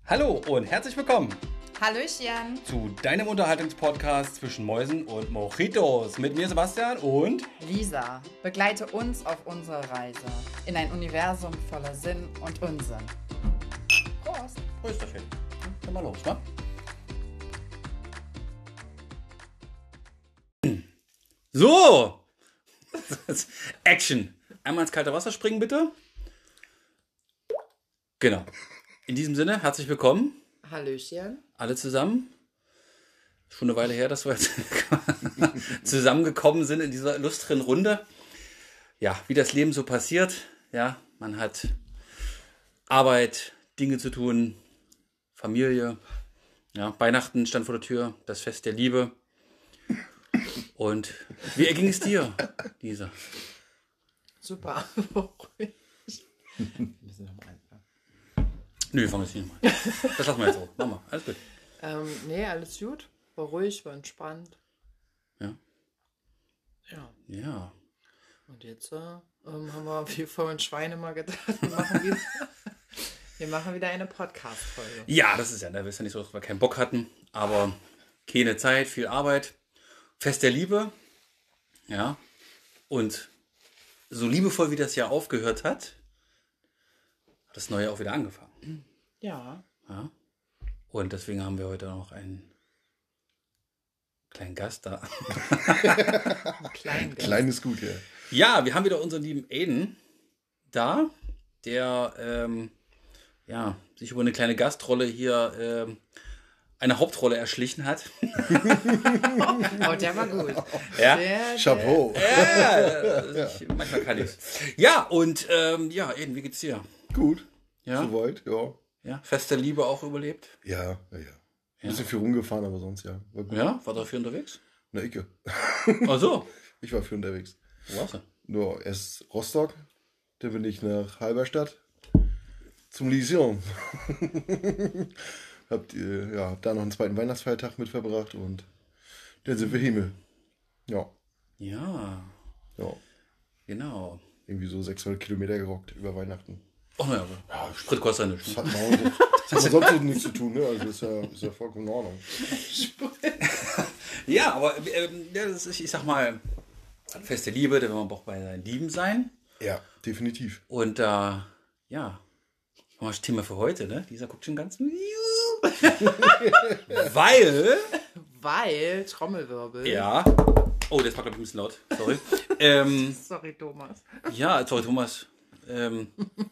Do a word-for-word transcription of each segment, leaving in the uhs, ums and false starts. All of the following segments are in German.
Hallo und herzlich willkommen Hallöchen zu deinem Unterhaltungspodcast zwischen Mäusen und Mojitos mit mir Sebastian und Lisa. Begleite uns auf unserer Reise in ein Universum voller Sinn und Unsinn. Prost! Grüß dich. Dann mal los, ne? So! Action! Einmal ins kalte Wasser springen, bitte. Genau. In diesem Sinne, herzlich willkommen. Hallöchen. Alle zusammen. Schon eine Weile her, dass wir jetzt zusammengekommen sind in dieser illustren Runde. Ja, wie das Leben so passiert. Ja, man hat Arbeit, Dinge zu tun, Familie. Ja, Weihnachten stand vor der Tür, das Fest der Liebe. Und wie erging es dir, Lisa? Super. Nö, fangen wir jetzt nicht nochmal. Das lassen wir jetzt so. Mach mal, alles gut. Ähm, nee, alles gut. War ruhig, war entspannt. Ja. Ja. Ja. Und jetzt äh, ähm, haben wir wie vorhin Schweine mal gedacht, wir machen wieder, wir machen wieder eine Podcast-Folge. Ja, das ist ja, ne, wir wissen ja nicht so, dass wir keinen Bock hatten, aber keine Zeit, viel Arbeit. Fest der Liebe. Ja. Und so liebevoll, wie das Jahr aufgehört hat, hat das neue auch wieder angefangen. Ja. Ja. Und deswegen haben wir heute noch einen kleinen Gast da. Ein klein Klein ist gut, ja. Ja, wir haben wieder unseren lieben Aiden da, der ähm, ja, sich über eine kleine Gastrolle hier ähm, eine Hauptrolle erschlichen hat. Oh, der war gut. Ja. Der, Chapeau. Ja, ich, manchmal kann ich. Ja, und ähm, ja, Aiden, wie geht's dir? Gut. Ja? Soweit, ja. Ja, Fest der Liebe auch überlebt? Ja, ja, ja. Ein bisschen viel rumgefahren, aber sonst ja. War gut. Ja, war dafür unterwegs? Na, Icke. Ach so. Ich war viel unterwegs. Wo warst du? Nur erst Rostock, dann bin ich nach Halberstadt zum Lyceum. hab, äh, ja, hab da noch einen zweiten Weihnachtsfeiertag mit verbracht und dann sind wir Himmel. Ja, Ja, ja. genau. Irgendwie so sechshundert Kilometer gerockt über Weihnachten. Ach naja, ja, Sprit kostet ja Das nichts. hat man, das hat man sonst nichts zu tun, ne? Also ist ja, ist ja vollkommen in Ordnung. Ja, aber ähm, ja, das ist, ich sag mal, Fest der Liebe, da will man auch bei seinen Lieben sein. Ja, definitiv. Und da, äh, ja, haben wir das Thema für heute, ne? Dieser guckt schon ganz. Weil, weil, Trommelwirbel. ja. Oh, das war, glaube ich, ein bisschen laut. Sorry. ähm, Sorry, Thomas. ja, sorry, Thomas. Ähm,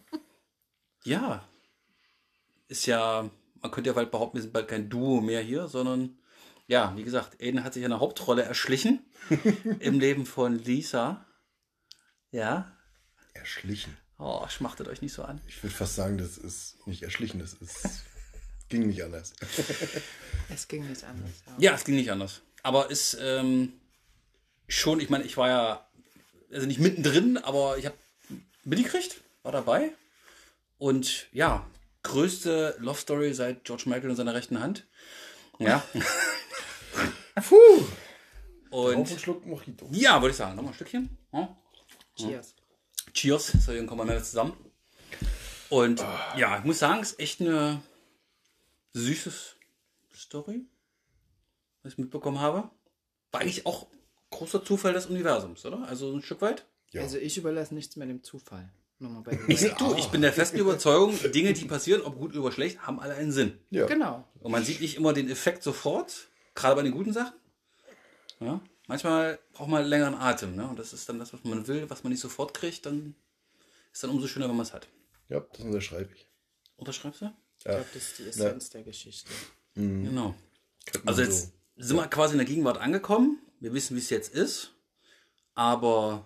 ja. Ist ja, man könnte ja bald behaupten, wir sind bald kein Duo mehr hier, sondern, ja, wie gesagt, Aiden hat sich eine Hauptrolle erschlichen im Leben von Lisa. Ja. Erschlichen. Oh, schmachtet euch nicht so an. Ich würde fast sagen, das ist nicht erschlichen, das ist. Ging nicht anders. Es ging nicht anders. Ja, es ging nicht anders. Aber ist ähm, schon, ich meine, ich war ja, also nicht mittendrin, aber ich habe mitgekriegt, war dabei. Und ja, größte Love Story seit George Michael in seiner rechten Hand. Ja. Puh. Auf einen Und Schluck Mojito. ja, würde ich sagen, nochmal ein Stückchen. Ja. Cheers. Cheers, so, dann kommen wir mal zusammen. Und ja, ich muss sagen, es ist echt eine süße Story, was ich mitbekommen habe. War eigentlich auch großer Zufall des Universums, oder? Also ein Stück weit. Ja. Also ich überlasse nichts mehr dem Zufall. Nochmal bei Ich, du, ich bin der festen Überzeugung, Dinge, die passieren, ob gut oder schlecht, haben alle einen Sinn. Ja. Genau. Und man sieht nicht immer den Effekt sofort, gerade bei den guten Sachen. Ja? Manchmal braucht man längeren Atem. Ne? Und das ist dann das, was man will, was man nicht sofort kriegt, dann ist dann umso schöner, wenn man es hat. Ja, das unterschreibe ich. Unterschreibst du? Ich glaube, das ist die Essenz der Geschichte. Genau. Könnte man Also jetzt sind wir quasi in der Gegenwart angekommen. Wir wissen, wie es jetzt ist. Aber,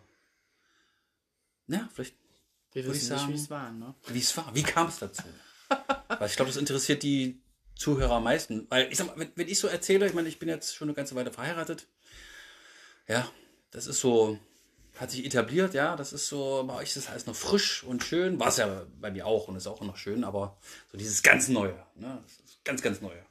na, vielleicht, Wir Würde ich wissen nicht, sagen- wie es war, ne? wie es war. Wie kam es dazu? Weil ich glaube, das interessiert die Zuhörer am meisten. Weil ich sag mal, wenn, wenn ich so erzähle, ich meine, ich bin jetzt schon eine ganze Weile verheiratet. Ja, das ist so, hat sich etabliert, ja, das ist so, bei euch ist das alles noch frisch und schön. War es ja bei mir auch und ist auch noch schön, aber so dieses ganz Neue, ne? Das ist ganz, ganz Neue.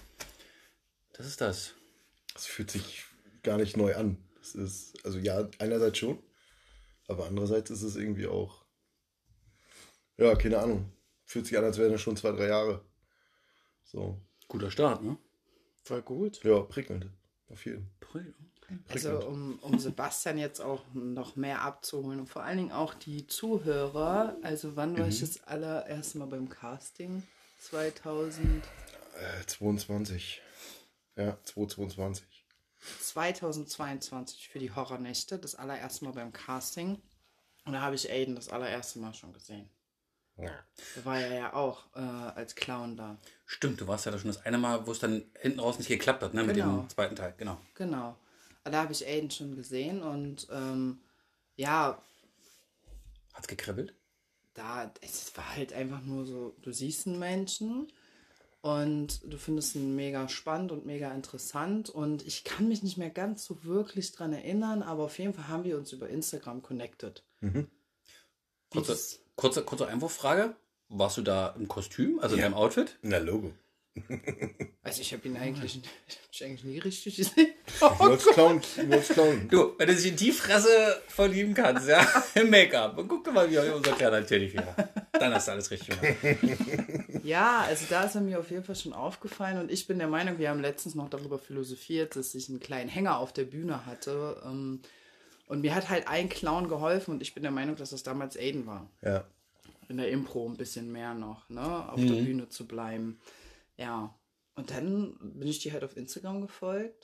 Das ist das. Das fühlt sich gar nicht neu an. Das ist, also ja, einerseits schon, aber andererseits ist es irgendwie auch, ja, keine Ahnung. Fühlt sich an, als wären das schon zwei, drei Jahre. So. Guter Start, ne? Voll gut. Ja, prickelnd. Auf jeden Fall. Also um, um Sebastian jetzt auch noch mehr abzuholen und vor allen Dingen auch die Zuhörer. Also wann war ich das allererste Mal beim Casting? zweitausend Äh, zweiundzwanzig. Ja, zweitausendzweiundzwanzig. zweitausendzweiundzwanzig für die Horrornächte. Das allererste Mal beim Casting. Und da habe ich Aiden das allererste Mal schon gesehen. Ja. Da war er ja auch äh, als Clown da. Stimmt, du warst ja da schon das eine Mal, wo es dann hinten raus nicht geklappt hat, ne? Mit Genau. dem zweiten Teil, genau. Genau. Da habe ich Aiden schon gesehen und ähm, ja, Hat's gekribbelt? da, es war halt einfach nur so, du siehst einen Menschen und du findest ihn mega spannend und mega interessant und ich kann mich nicht mehr ganz so wirklich dran erinnern, aber auf jeden Fall haben wir uns über Instagram connected. Kurze, Dieses- kurze, kurze Einwurffrage. Warst du da im Kostüm, also in deinem Outfit? Na, Logo. Also ich habe ihn eigentlich, ich hab ihn eigentlich nie richtig gesehen. Nur als Clown. Nur als Clown. Du, wenn du dich in die Fresse verlieben kannst, ja, im Make-up, und guck dir mal, wie unser kleiner Teddy wäre. Dann hast du alles richtig gemacht. Ja, also da ist er mir auf jeden Fall schon aufgefallen und ich bin der Meinung, wir haben letztens noch darüber philosophiert, dass ich einen kleinen Hänger auf der Bühne hatte ähm, und mir hat halt ein Clown geholfen und ich bin der Meinung, dass das damals Aiden war. Ja. In der Impro ein bisschen mehr noch, ne, auf der Bühne zu bleiben. Ja, und dann bin ich dir halt auf Instagram gefolgt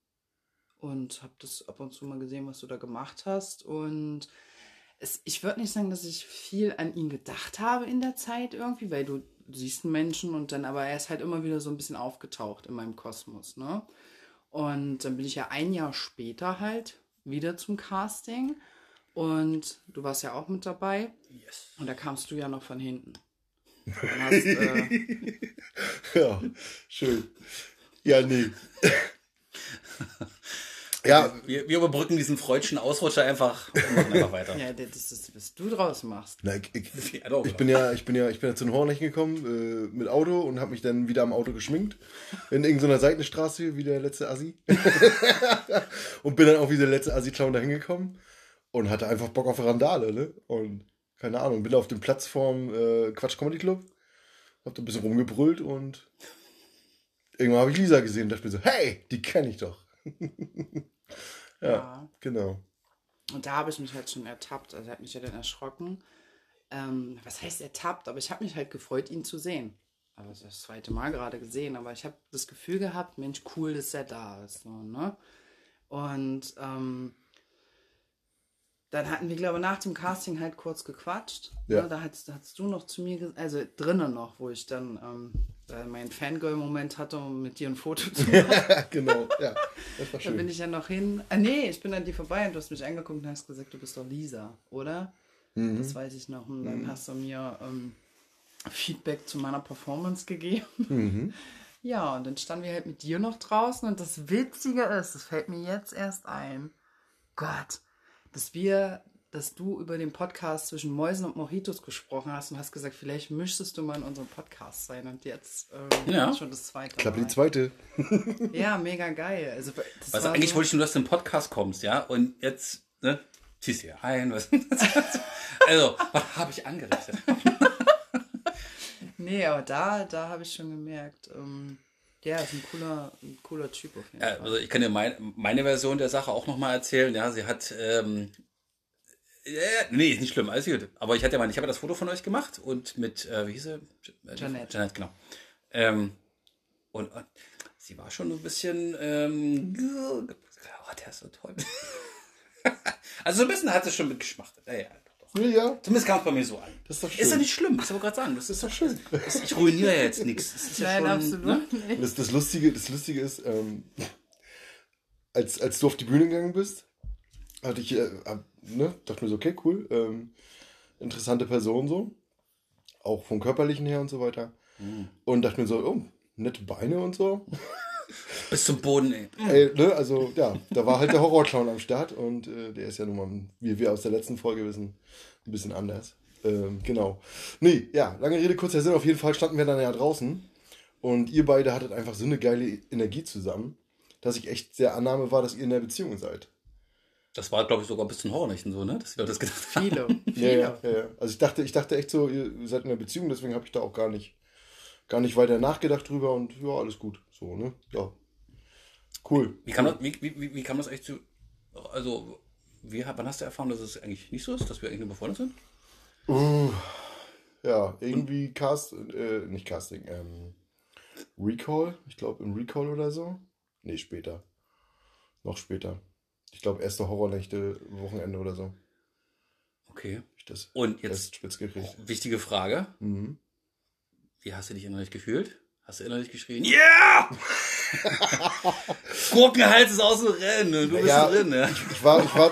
und habe das ab und zu mal gesehen, was du da gemacht hast und es, ich würde nicht sagen, dass ich viel an ihn gedacht habe in der Zeit irgendwie, weil du siehst einen Menschen und dann, aber er ist halt immer wieder so ein bisschen aufgetaucht in meinem Kosmos, ne? Und dann bin ich ja ein Jahr später halt wieder zum Casting und du warst ja auch mit dabei Yes. und da kamst du ja noch von hinten. Und hast, äh, Ja, schön. Ja, nee. Ja, Wir, wir überbrücken diesen freudschen Ausrutscher einfach und machen einfach weiter. ja, das ist, was du draus machst. na, ich, ich, Ja, doch, ich bin ja, ich bin ja, ich bin ja zu den Hornlech gekommen äh, mit Auto und habe mich dann wieder am Auto geschminkt in irgendeiner Seitenstraße wie der letzte Assi und bin dann auch wie der letzte Assi-Clown da hingekommen und hatte einfach Bock auf Randale, ne? Und keine Ahnung, bin da auf dem Platz vorm äh, Quatsch Comedy Club, hab da ein bisschen rumgebrüllt und irgendwann habe ich Lisa gesehen und dachte mir so, hey, die kenne ich doch. ja, Ja. genau. Und da habe ich mich halt schon ertappt. Also er hat mich ja dann erschrocken. Ähm, was heißt ertappt? Aber ich habe mich halt gefreut, ihn zu sehen. Aber das, das zweite Mal gerade gesehen. Aber ich habe das Gefühl gehabt, Mensch, cool, dass er da ist. So, ne? Und ähm, dann hatten wir, glaube ich, nach dem Casting halt kurz gequatscht. Ja. Ne? Da hast, da hast du noch zu mir gesagt, also drinnen noch, wo ich dann ähm, äh, meinen Fangirl-Moment hatte, um mit dir ein Foto zu machen. genau, ja, das war Da bin schön. ich ja noch hin. Ah, nee, ich bin an dir vorbei und du hast mich angeguckt und hast gesagt, du bist doch Lisa, oder? Mhm. Das weiß ich noch. Und dann hast du mir ähm, Feedback zu meiner Performance gegeben. Mhm. Ja, und dann standen wir halt mit dir noch draußen. Und das Witzige ist, das fällt mir jetzt erst ein, Gott, dass wir, dass du über den Podcast zwischen Mäusen und Mojitos gesprochen hast und hast gesagt, vielleicht müsstest du mal in unserem Podcast sein. Und jetzt ähm, Ja. schon das zweite Klappe Mal. die zweite. Ja, mega geil. Also, das Also war eigentlich so- wollte ich nur, dass du in den Podcast kommst, ja? Und jetzt, ne, ziehst du hier ein. Was, also, was habe ich angerichtet? Nee, aber da, da habe ich schon gemerkt, ähm, ja, ist ein cooler, ein cooler Typ auf jeden Ja, Fall. also ich kann dir mein, meine Version der Sache auch nochmal erzählen. Ja, sie hat, ähm, ja, nee, ist nicht schlimm, alles gut. Aber ich hatte ja mal, ich habe ja das Foto von euch gemacht und mit, äh, wie hieß sie? Jeanette. Jeanette, genau. Ähm, und, und sie war schon so ein bisschen, ähm, oh, der ist so toll. Also so ein bisschen hat sie schon mitgeschmachtet. Ja, ja, doch, doch. Ja, ja, Zumindest kam es bei mir so an. das ist doch schön. Ist ja nicht schlimm, das wollte ich gerade sagen. Das ist doch schön. Das, ich ruiniere ja jetzt nichts. Das ist ja Nein, schon, absolut ne? nicht. Das, das, Lustige, das Lustige ist, ähm, als, als du auf die Bühne gegangen bist, hatte ich, äh, hab, ne, dachte mir so, okay, cool, ähm, interessante Person so, auch vom Körperlichen her und so weiter. Und dachte mir so, oh, nette Beine und so. Bis zum Boden, ey. Ey, ne, also ja, da war halt der Horrorclown am Start und äh, der ist ja nun mal, wie wir aus der letzten Folge wissen, ein bisschen anders. Ähm, genau. Nee, ja, lange Rede, kurzer Sinn, auf jeden Fall standen wir dann ja draußen und ihr beide hattet einfach so eine geile Energie zusammen, dass ich echt sehr Annahme war, dass ihr in der Beziehung seid. Das war, glaube ich, sogar bis zum Horrornächten so, ne? Dass wir das gedacht haben. Viele, Ja, viele. ja, ja, ja. Also ich dachte, ich dachte echt so, ihr seid in einer Beziehung, deswegen habe ich da auch gar nicht gar nicht weiter nachgedacht drüber und ja, alles gut. So, ne? Ja. Cool. Wie kam das, wie, wie, wie kam das echt zu, also, wie, wann hast du erfahren, dass es eigentlich nicht so ist, dass wir eigentlich nur befreundet sind? Uh, ja, irgendwie Cast, äh, nicht Casting, ähm, Recall, ich glaube im Recall oder so. Nee, später. Noch später. Ich glaube, erste Horrornächte, Wochenende oder so. Okay. Ich das Und jetzt, spitz gekriegt. wichtige Frage. Mhm. Wie hast du dich innerlich gefühlt? Hast du innerlich geschrien? Yeah! Gurkenhals ist aus dem Rennen. Du bist Ja, drin, ja. Ich, ich war, ich war,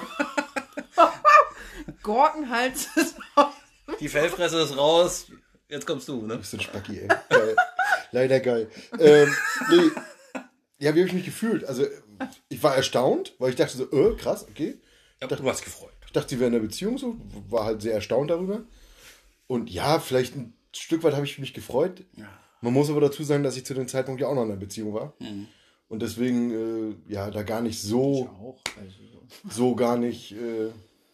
Gurkenhals ist auch. Die Fellfresse ist raus. Jetzt kommst du, ne? du bist ein Spacki, ey. Geil. Leider geil. Ähm, nee. Ja, wie habe ich mich gefühlt? Also, ich war erstaunt, weil ich dachte so, äh, krass, okay. Ja, du hast gefreut. Ich dachte, sie wären in einer Beziehung so, war halt sehr erstaunt darüber. Und ja, vielleicht ein Stück weit habe ich mich gefreut. Ja. Man muss aber dazu sagen, dass ich zu dem Zeitpunkt ja auch noch in einer Beziehung war. Mhm. Und deswegen, äh, ja, da gar nicht so, Auch. Also. so gar nicht, äh,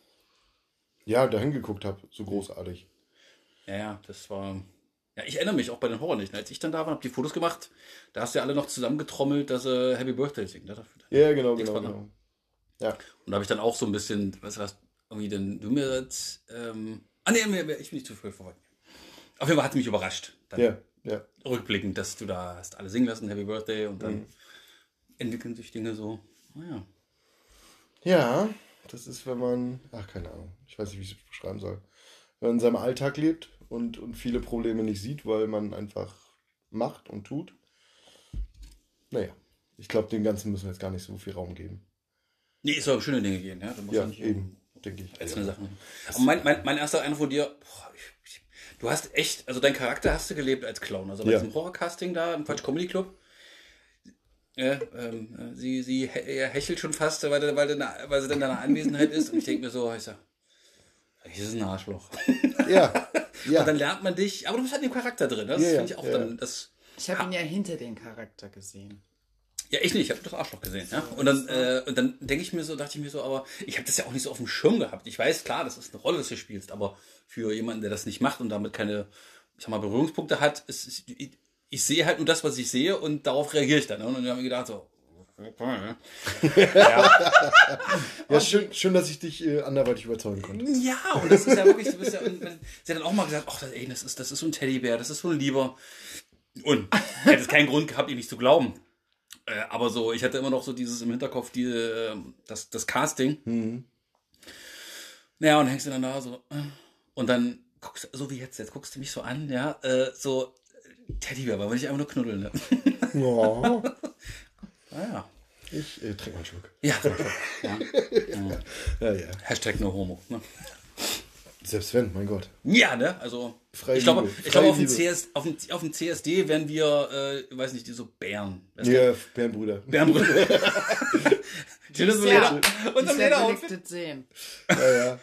ja, dahin geguckt habe, so großartig. Ja, ja, das war. Ja, ich erinnere mich auch bei den Horrornächten. Als ich dann da war, habe die Fotos gemacht, da hast du ja alle noch zusammengetrommelt, dass sie Happy Birthday singen. Ne? Ja, genau, Nichts genau, war genau. Ja. Und da habe ich dann auch so ein bisschen, weißt du was, irgendwie denn du mir jetzt, ähm, ah nee, ich bin nicht zu viel vorweg. Auf jeden Fall hat es mich überrascht. Dann Ja, ja. rückblickend, dass du da hast alle singen lassen, Happy Birthday, und dann Mhm. entwickeln sich Dinge so. Naja. Ja, das ist, wenn man, ach, keine Ahnung, ich weiß nicht, wie ich es beschreiben soll. Wenn man in seinem Alltag lebt und, und viele Probleme nicht sieht, weil man einfach macht und tut. Naja, ich glaube, dem Ganzen müssen wir jetzt gar nicht so viel Raum geben. Nee, es soll um schöne Dinge gehen, ja. Du musst Ja, nicht eben, denke ich. einzelne Sachen. Und mein, mein, mein erster Eindruck von dir, boah, ich, ich, du hast echt, also dein Charakter hast du gelebt als Clown. Also bei Ja. diesem Horrorcasting da im Quatsch Comedy Club. Ja, ähm, sie sie hä- er hechelt schon fast, weil, weil, weil, weil sie dann in deiner Anwesenheit ist. Und ich denke mir so, ich sag, das ist ein Arschloch. Ja, ja. Und dann lernt man dich, aber du bist halt in dem Charakter drin. Das Ja, ja, finde ich auch ja. dann, das, Ich habe ihn ja hinter den Charakter gesehen. ja, ich nicht, ich habe das Arschloch gesehen. Ja? Und dann, äh, und dann denke ich mir so, dachte ich mir so, aber ich habe das ja auch nicht so auf dem Schirm gehabt. Ich weiß, klar, das ist eine Rolle, dass du spielst, aber für jemanden, der das nicht macht und damit keine, ich sag mal, Berührungspunkte hat, ist, ist ich, ich sehe halt nur das, was ich sehe, und darauf reagiere ich dann. Ne? Und dann habe ich gedacht so, okay. ja. Ja, schön, schön, dass ich dich äh, anderweitig überzeugen konnte. Ja, und das ist ja wirklich, du bist ja, und wenn- sie hat dann auch mal gesagt, ach, das, ey, das ist, das ist so ein Teddybär, das ist so ein Lieber. Und ich hätte es keinen Grund gehabt, ihm nicht zu glauben. Äh, aber so, ich hatte immer noch so dieses im Hinterkopf, die, äh, das, das Casting. Mhm. Naja, und hängst du dann da so. äh, Und dann guckst du, so wie jetzt, jetzt guckst du mich so an, ja, äh, so, äh, Teddybär, weil ich einfach nur knuddeln. Ne? Ja, Naja. ich äh, trinke mal einen Schluck. Ja, ja. ja. Ja, ja. Hashtag no homo. Ne? Selbst wenn, mein Gott. Ja, ne? Also, Freie ich glaube, Liebe. ich glaube Freie auf, dem Liebe. C S, auf, dem, auf dem C S D werden wir, äh, ich weiß nicht, die so Bären. Weißt du? Ja, Bärenbrüder. Bärenbrüder. Schönes Ja. Leder. Und Ich am will Lederoutfit. das sehen. Ja, ja.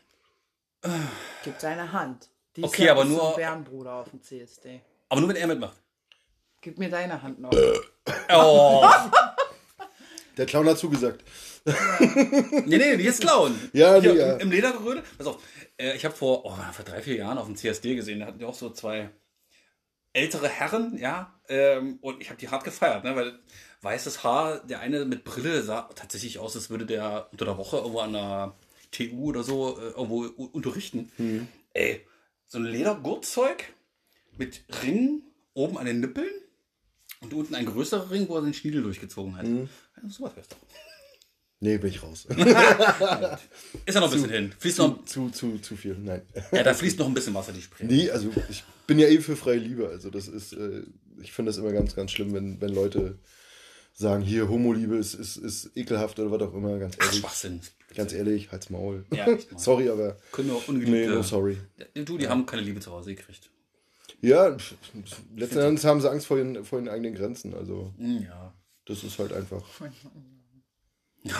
Gib deine Hand. Die Okay, ist aber so nur- ein Bärenbruder auf dem C S D. Aber nur, wenn er mitmacht. Gib mir deine Hand noch. Oh. Der Clown hat zugesagt. Nee, nee, die ist klauen. Ja, nee, Hier, ja. Im, im Ledergeröde. Pass auf. Äh, ich habe vor, oh, vor drei, vier Jahren auf dem C S D gesehen, da hatten wir auch so zwei ältere Herren, ja. Ähm, und ich habe die hart gefeiert, ne? Weil weißes Haar, der eine mit Brille sah tatsächlich aus, als würde der unter der Woche irgendwo an der T U oder so äh, irgendwo u- unterrichten. Mhm. Ey, so ein Ledergurtzeug mit Ringen oben an den Nippeln und unten ein größerer Ring, wo er den Schniedel durchgezogen hat. Mhm. Ja, sowas wär's doch. Nee, bin ich raus. Ist ja noch ein bisschen hin. Fließt noch, zu, zu, zu viel, nein. ja, da fließt noch ein bisschen Wasser, die Spree. Nee, also ich bin ja eh für freie Liebe. Also das ist, äh, ich finde das immer ganz, ganz schlimm, wenn, wenn Leute sagen, hier Homo-Liebe ist, ist, ist ekelhaft oder was auch immer. Ganz Ach, ehrlich, Schwachsinn. ganz ehrlich, halt's Maul. Ja, echt mal. Sorry, aber Können wir auch nee, ungeliebte... no sorry. Du, die haben keine Liebe zu Hause gekriegt. Ja, pf, letzten Endes haben sie Angst vor ihren, vor ihren eigenen Grenzen. Also Hm, Ja. das ist halt einfach. Ja,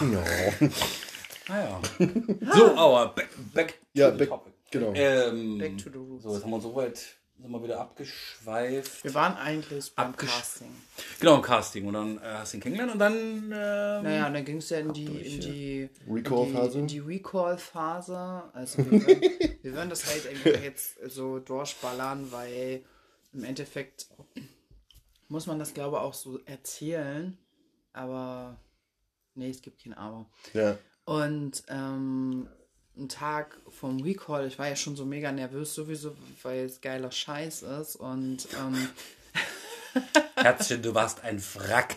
Naja. So, aber back, back ja to the back, topic. genau. Ähm, Back to the roots. so, jetzt haben wir so weit sind wir wieder abgeschweift. Wir waren eigentlich beim Abgesch- Casting. Genau, im Casting. Und dann äh, hast du ihn kennengelernt und dann... Ähm, Naja, dann ging es ja in die, in die Recall-Phase. In die, in die Recall-Phase. Also wir würden, wir würden das halt einfach jetzt so durchballern, weil im Endeffekt muss man das, glaube ich, auch so erzählen, aber nee, es gibt kein Aber. Ja. Und ähm, ein Tag vom Recall, ich war ja schon so mega nervös sowieso, weil es geiler Scheiß ist und ähm, Herzchen, du warst ein Wrack.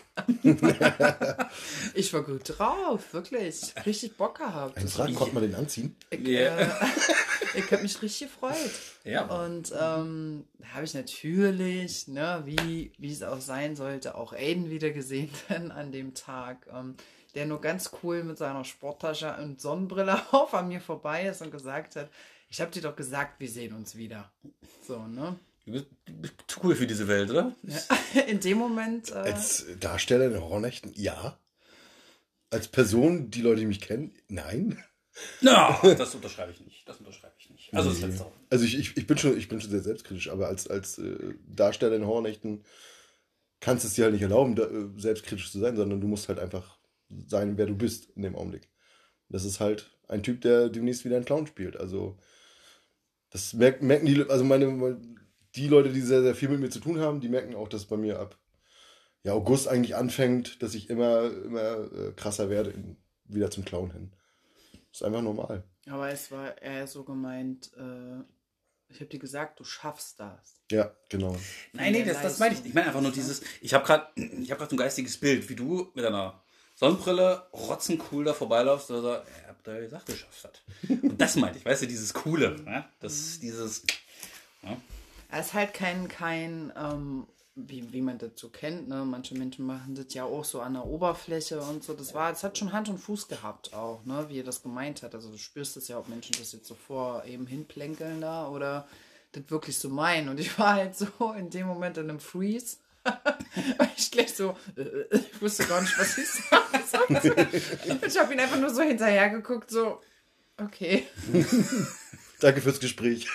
ich war gut drauf, wirklich. Richtig Bock gehabt. Ein Frag, konnte man den anziehen? Ich, Ja. äh, ich hab mich richtig gefreut. Ja. Und ähm, da habe ich natürlich, ne, wie, wie es auch sein sollte, auch Aiden wieder gesehen dann an dem Tag, ähm, der nur ganz cool mit seiner Sporttasche und Sonnenbrille auf an mir vorbei ist und gesagt hat, ich habe dir doch gesagt, wir sehen uns wieder. So, ne? Du bist, du bist zu cool für diese Welt, oder? Ja, in dem Moment... Äh, Als Darsteller in Horrornächten, ja. Als Person, die Leute, die mich kennen, nein. Na, das unterschreibe ich nicht. Das unterschreibe ich nicht. Also, das Nee. letzte. Also ich, ich, ich, bin schon, ich bin schon sehr selbstkritisch, aber als, als äh, Darsteller in Horrornächten kannst du es dir halt nicht erlauben, da, äh, selbstkritisch zu sein, sondern du musst halt einfach sein, wer du bist in dem Augenblick. Das ist halt ein Typ, der demnächst wieder einen Clown spielt. Also das merken, merken die, also meine, die Leute, die sehr, sehr viel mit mir zu tun haben, die merken auch, dass es bei mir ab ja, August eigentlich anfängt, dass ich immer, immer äh, krasser werde, in, wieder zum Clown hin. Das ist einfach normal. aber es war eher so gemeint, äh, ich habe dir gesagt, du schaffst das. Ja, genau. Nein, nee, das, das meine ich nicht. Ich meine einfach nur dieses, ich habe gerade ich hab grad so ein geistiges Bild, wie du mit einer Sonnenbrille rotzencool da vorbeilaufst und so, ja, habt ihr gesagt, du schaffst das. Und das meinte ich, weißt du, dieses Coole, ne? Das, dieses, ja. Es ist halt kein, kein ähm, wie, wie man das so kennt, ne? Manche Menschen machen das ja auch so an der Oberfläche und so. Das war, es hat schon Hand und Fuß gehabt auch, ne? Wie er das gemeint hat. Also du spürst es ja, ob Menschen das jetzt so vor eben hinplänkeln da oder das wirklich so meinen. Und ich war halt so in dem Moment in einem Freeze. Ich gleich so, äh, ich wusste gar nicht, was ich sagen sollte. Ich habe ihn einfach nur so hinterher geguckt, so, okay. Danke fürs Gespräch.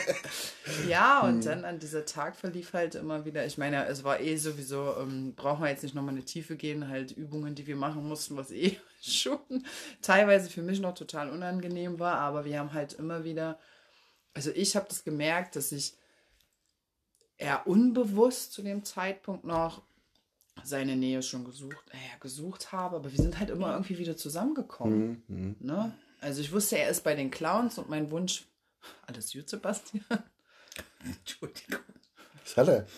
Ja, und dann an dieser Tag verlief halt immer wieder, ich meine, es war eh sowieso, ähm, brauchen wir jetzt nicht nochmal in die Tiefe gehen, halt Übungen, die wir machen mussten, was eh schon teilweise für mich noch total unangenehm war, aber wir haben halt immer wieder, also ich habe das gemerkt, dass ich eher unbewusst zu dem Zeitpunkt noch seine Nähe schon gesucht, äh, gesucht habe, aber wir sind halt immer irgendwie wieder zusammengekommen. Mhm. Ne? Also ich wusste, er ist bei den Clowns und mein Wunsch, alles gut, Sebastian? Entschuldigung. Was hat er?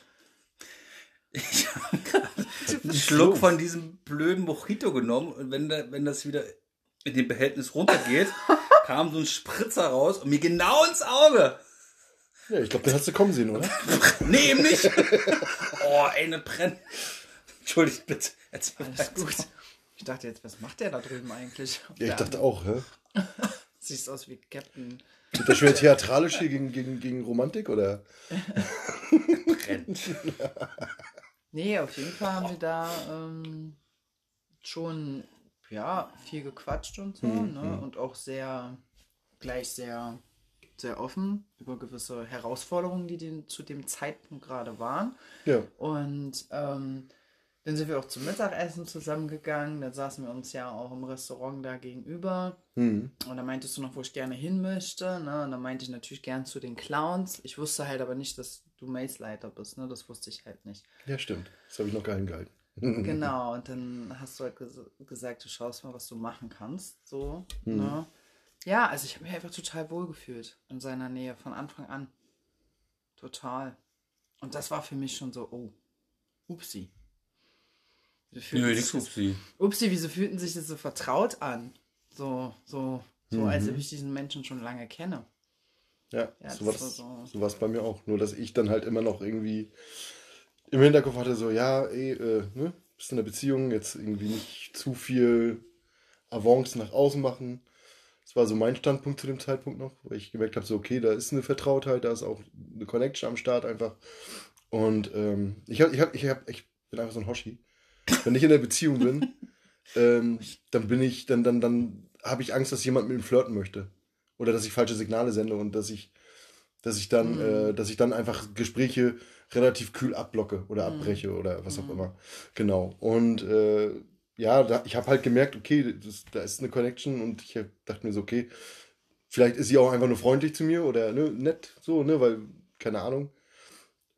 Ich habe gerade einen Schluck von diesem blöden Mojito genommen und wenn, da, wenn das wieder in dem Behältnis runtergeht, kam so ein Spritzer raus und mir genau ins Auge. Ja, ich glaube, den hast du kommen sehen, oder? Nee, eben nicht. Oh, ey, ne brennt. Entschuldigt bitte. Jetzt Alles gut. Ich dachte jetzt, was macht der da drüben eigentlich? Ja, ich dachte auch, hä? Siehst aus wie Captain. Wird das schwer theatralisch hier gegen, gegen, gegen Romantik, oder? brennt. Nee, auf jeden Fall haben wir da ähm, schon ja, viel gequatscht und so. Hm, ne? hm. Und auch sehr, gleich sehr, sehr offen über gewisse Herausforderungen, die den, zu dem Zeitpunkt gerade waren. Ja. Und ähm, dann sind wir auch zum Mittagessen zusammengegangen. Da saßen wir uns ja auch im Restaurant da gegenüber. Mhm. Und da meintest du noch, wo ich gerne hin möchte. Ne? Und dann meinte ich natürlich gern zu den Clowns. Ich wusste halt aber nicht, dass du Maze-Leiter bist. Ne? Das wusste ich halt nicht. Ja, stimmt. Das habe ich noch geheim gehalten. Genau. Und dann hast du halt ges gesagt, du schaust mal, was du machen kannst. So. Mhm. Ne? Ja, also ich habe mich einfach total wohl gefühlt in seiner Nähe von Anfang an. Total. Und das war für mich schon so, oh, upsi. Nö, nichts Upsi. Upsi, wieso fühlten sich das so vertraut an? So, so, so Mhm. als ob ich diesen Menschen schon lange kenne. Ja, Ja, so das war das, war so- so war es bei mir auch. Nur, dass ich dann halt immer noch irgendwie im Hinterkopf hatte, so, ja, ey, äh, ne, bist in einer Beziehung, jetzt irgendwie nicht zu viel Avance nach außen machen. Das war so mein Standpunkt zu dem Zeitpunkt noch, weil ich gemerkt habe, so, okay, da ist eine Vertrautheit, da ist auch eine Connection am Start einfach. Und ähm, ich, hab, ich, hab, ich, hab, ich bin einfach so ein Hoshi. Wenn ich in der Beziehung bin, ähm, dann bin ich, dann, dann, dann habe ich Angst, dass jemand mit ihm flirten möchte. Oder dass ich falsche Signale sende und dass ich, dass ich dann, Mhm. äh, dass ich dann einfach Gespräche relativ kühl abblocke oder abbreche oder was auch Mhm. immer. Genau. Und äh, ja, da, ich habe halt gemerkt, okay, das, da ist eine Connection und ich dachte mir so, okay, vielleicht ist sie auch einfach nur freundlich zu mir oder ne, nett, so, ne, weil, keine Ahnung.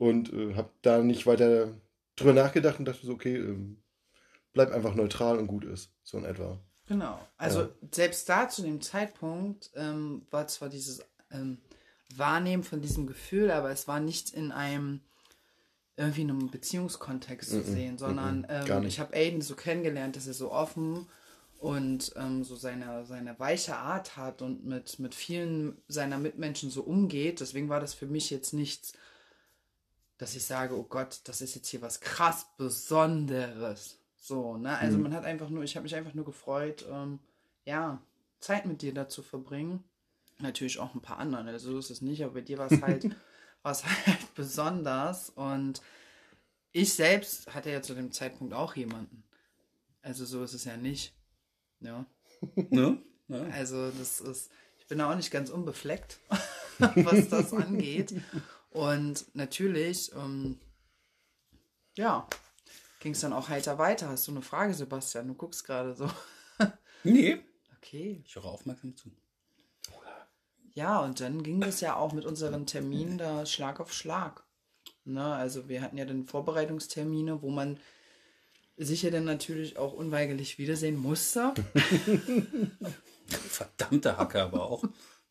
und äh, habe da nicht weiter drüber nachgedacht und dachte so, okay, ähm, bleib einfach neutral und gut ist, so in etwa. Genau. Also Ja. selbst da zu dem Zeitpunkt ähm, war zwar dieses ähm, Wahrnehmen von diesem Gefühl, aber es war nicht in einem irgendwie einem Beziehungskontext zu sehen, sondern mm, gar ähm, nicht. ich habe Aiden so kennengelernt, dass er so offen und ähm, so seine, seine weiche Art hat und mit, mit vielen seiner Mitmenschen so umgeht. Deswegen war das für mich jetzt nichts, dass ich sage, oh Gott, das ist jetzt hier was krass Besonderes. So, ne? Also man hat einfach nur, ich habe mich einfach nur gefreut, ähm, ja, Zeit mit dir da zu verbringen. Natürlich auch ein paar anderen, also so ist es nicht, aber bei dir war es halt, war es halt besonders. Und ich selbst hatte ja zu dem Zeitpunkt auch jemanden. Also so ist es ja nicht. Ja. Ne? Ja. Also das ist, ich bin da auch nicht ganz unbefleckt, was das angeht. Und natürlich, ähm, ja, ging es dann auch heiter weiter. Hast du eine Frage, Sebastian? Du guckst gerade so. Nee. Okay. Ich höre aufmerksam zu. Ja, und dann ging das ja auch mit unseren Terminen da Schlag auf Schlag. Ne? Also wir hatten ja dann Vorbereitungstermine, wo man sich ja dann natürlich auch unweigerlich wiedersehen musste. Verdammte Hacke aber auch.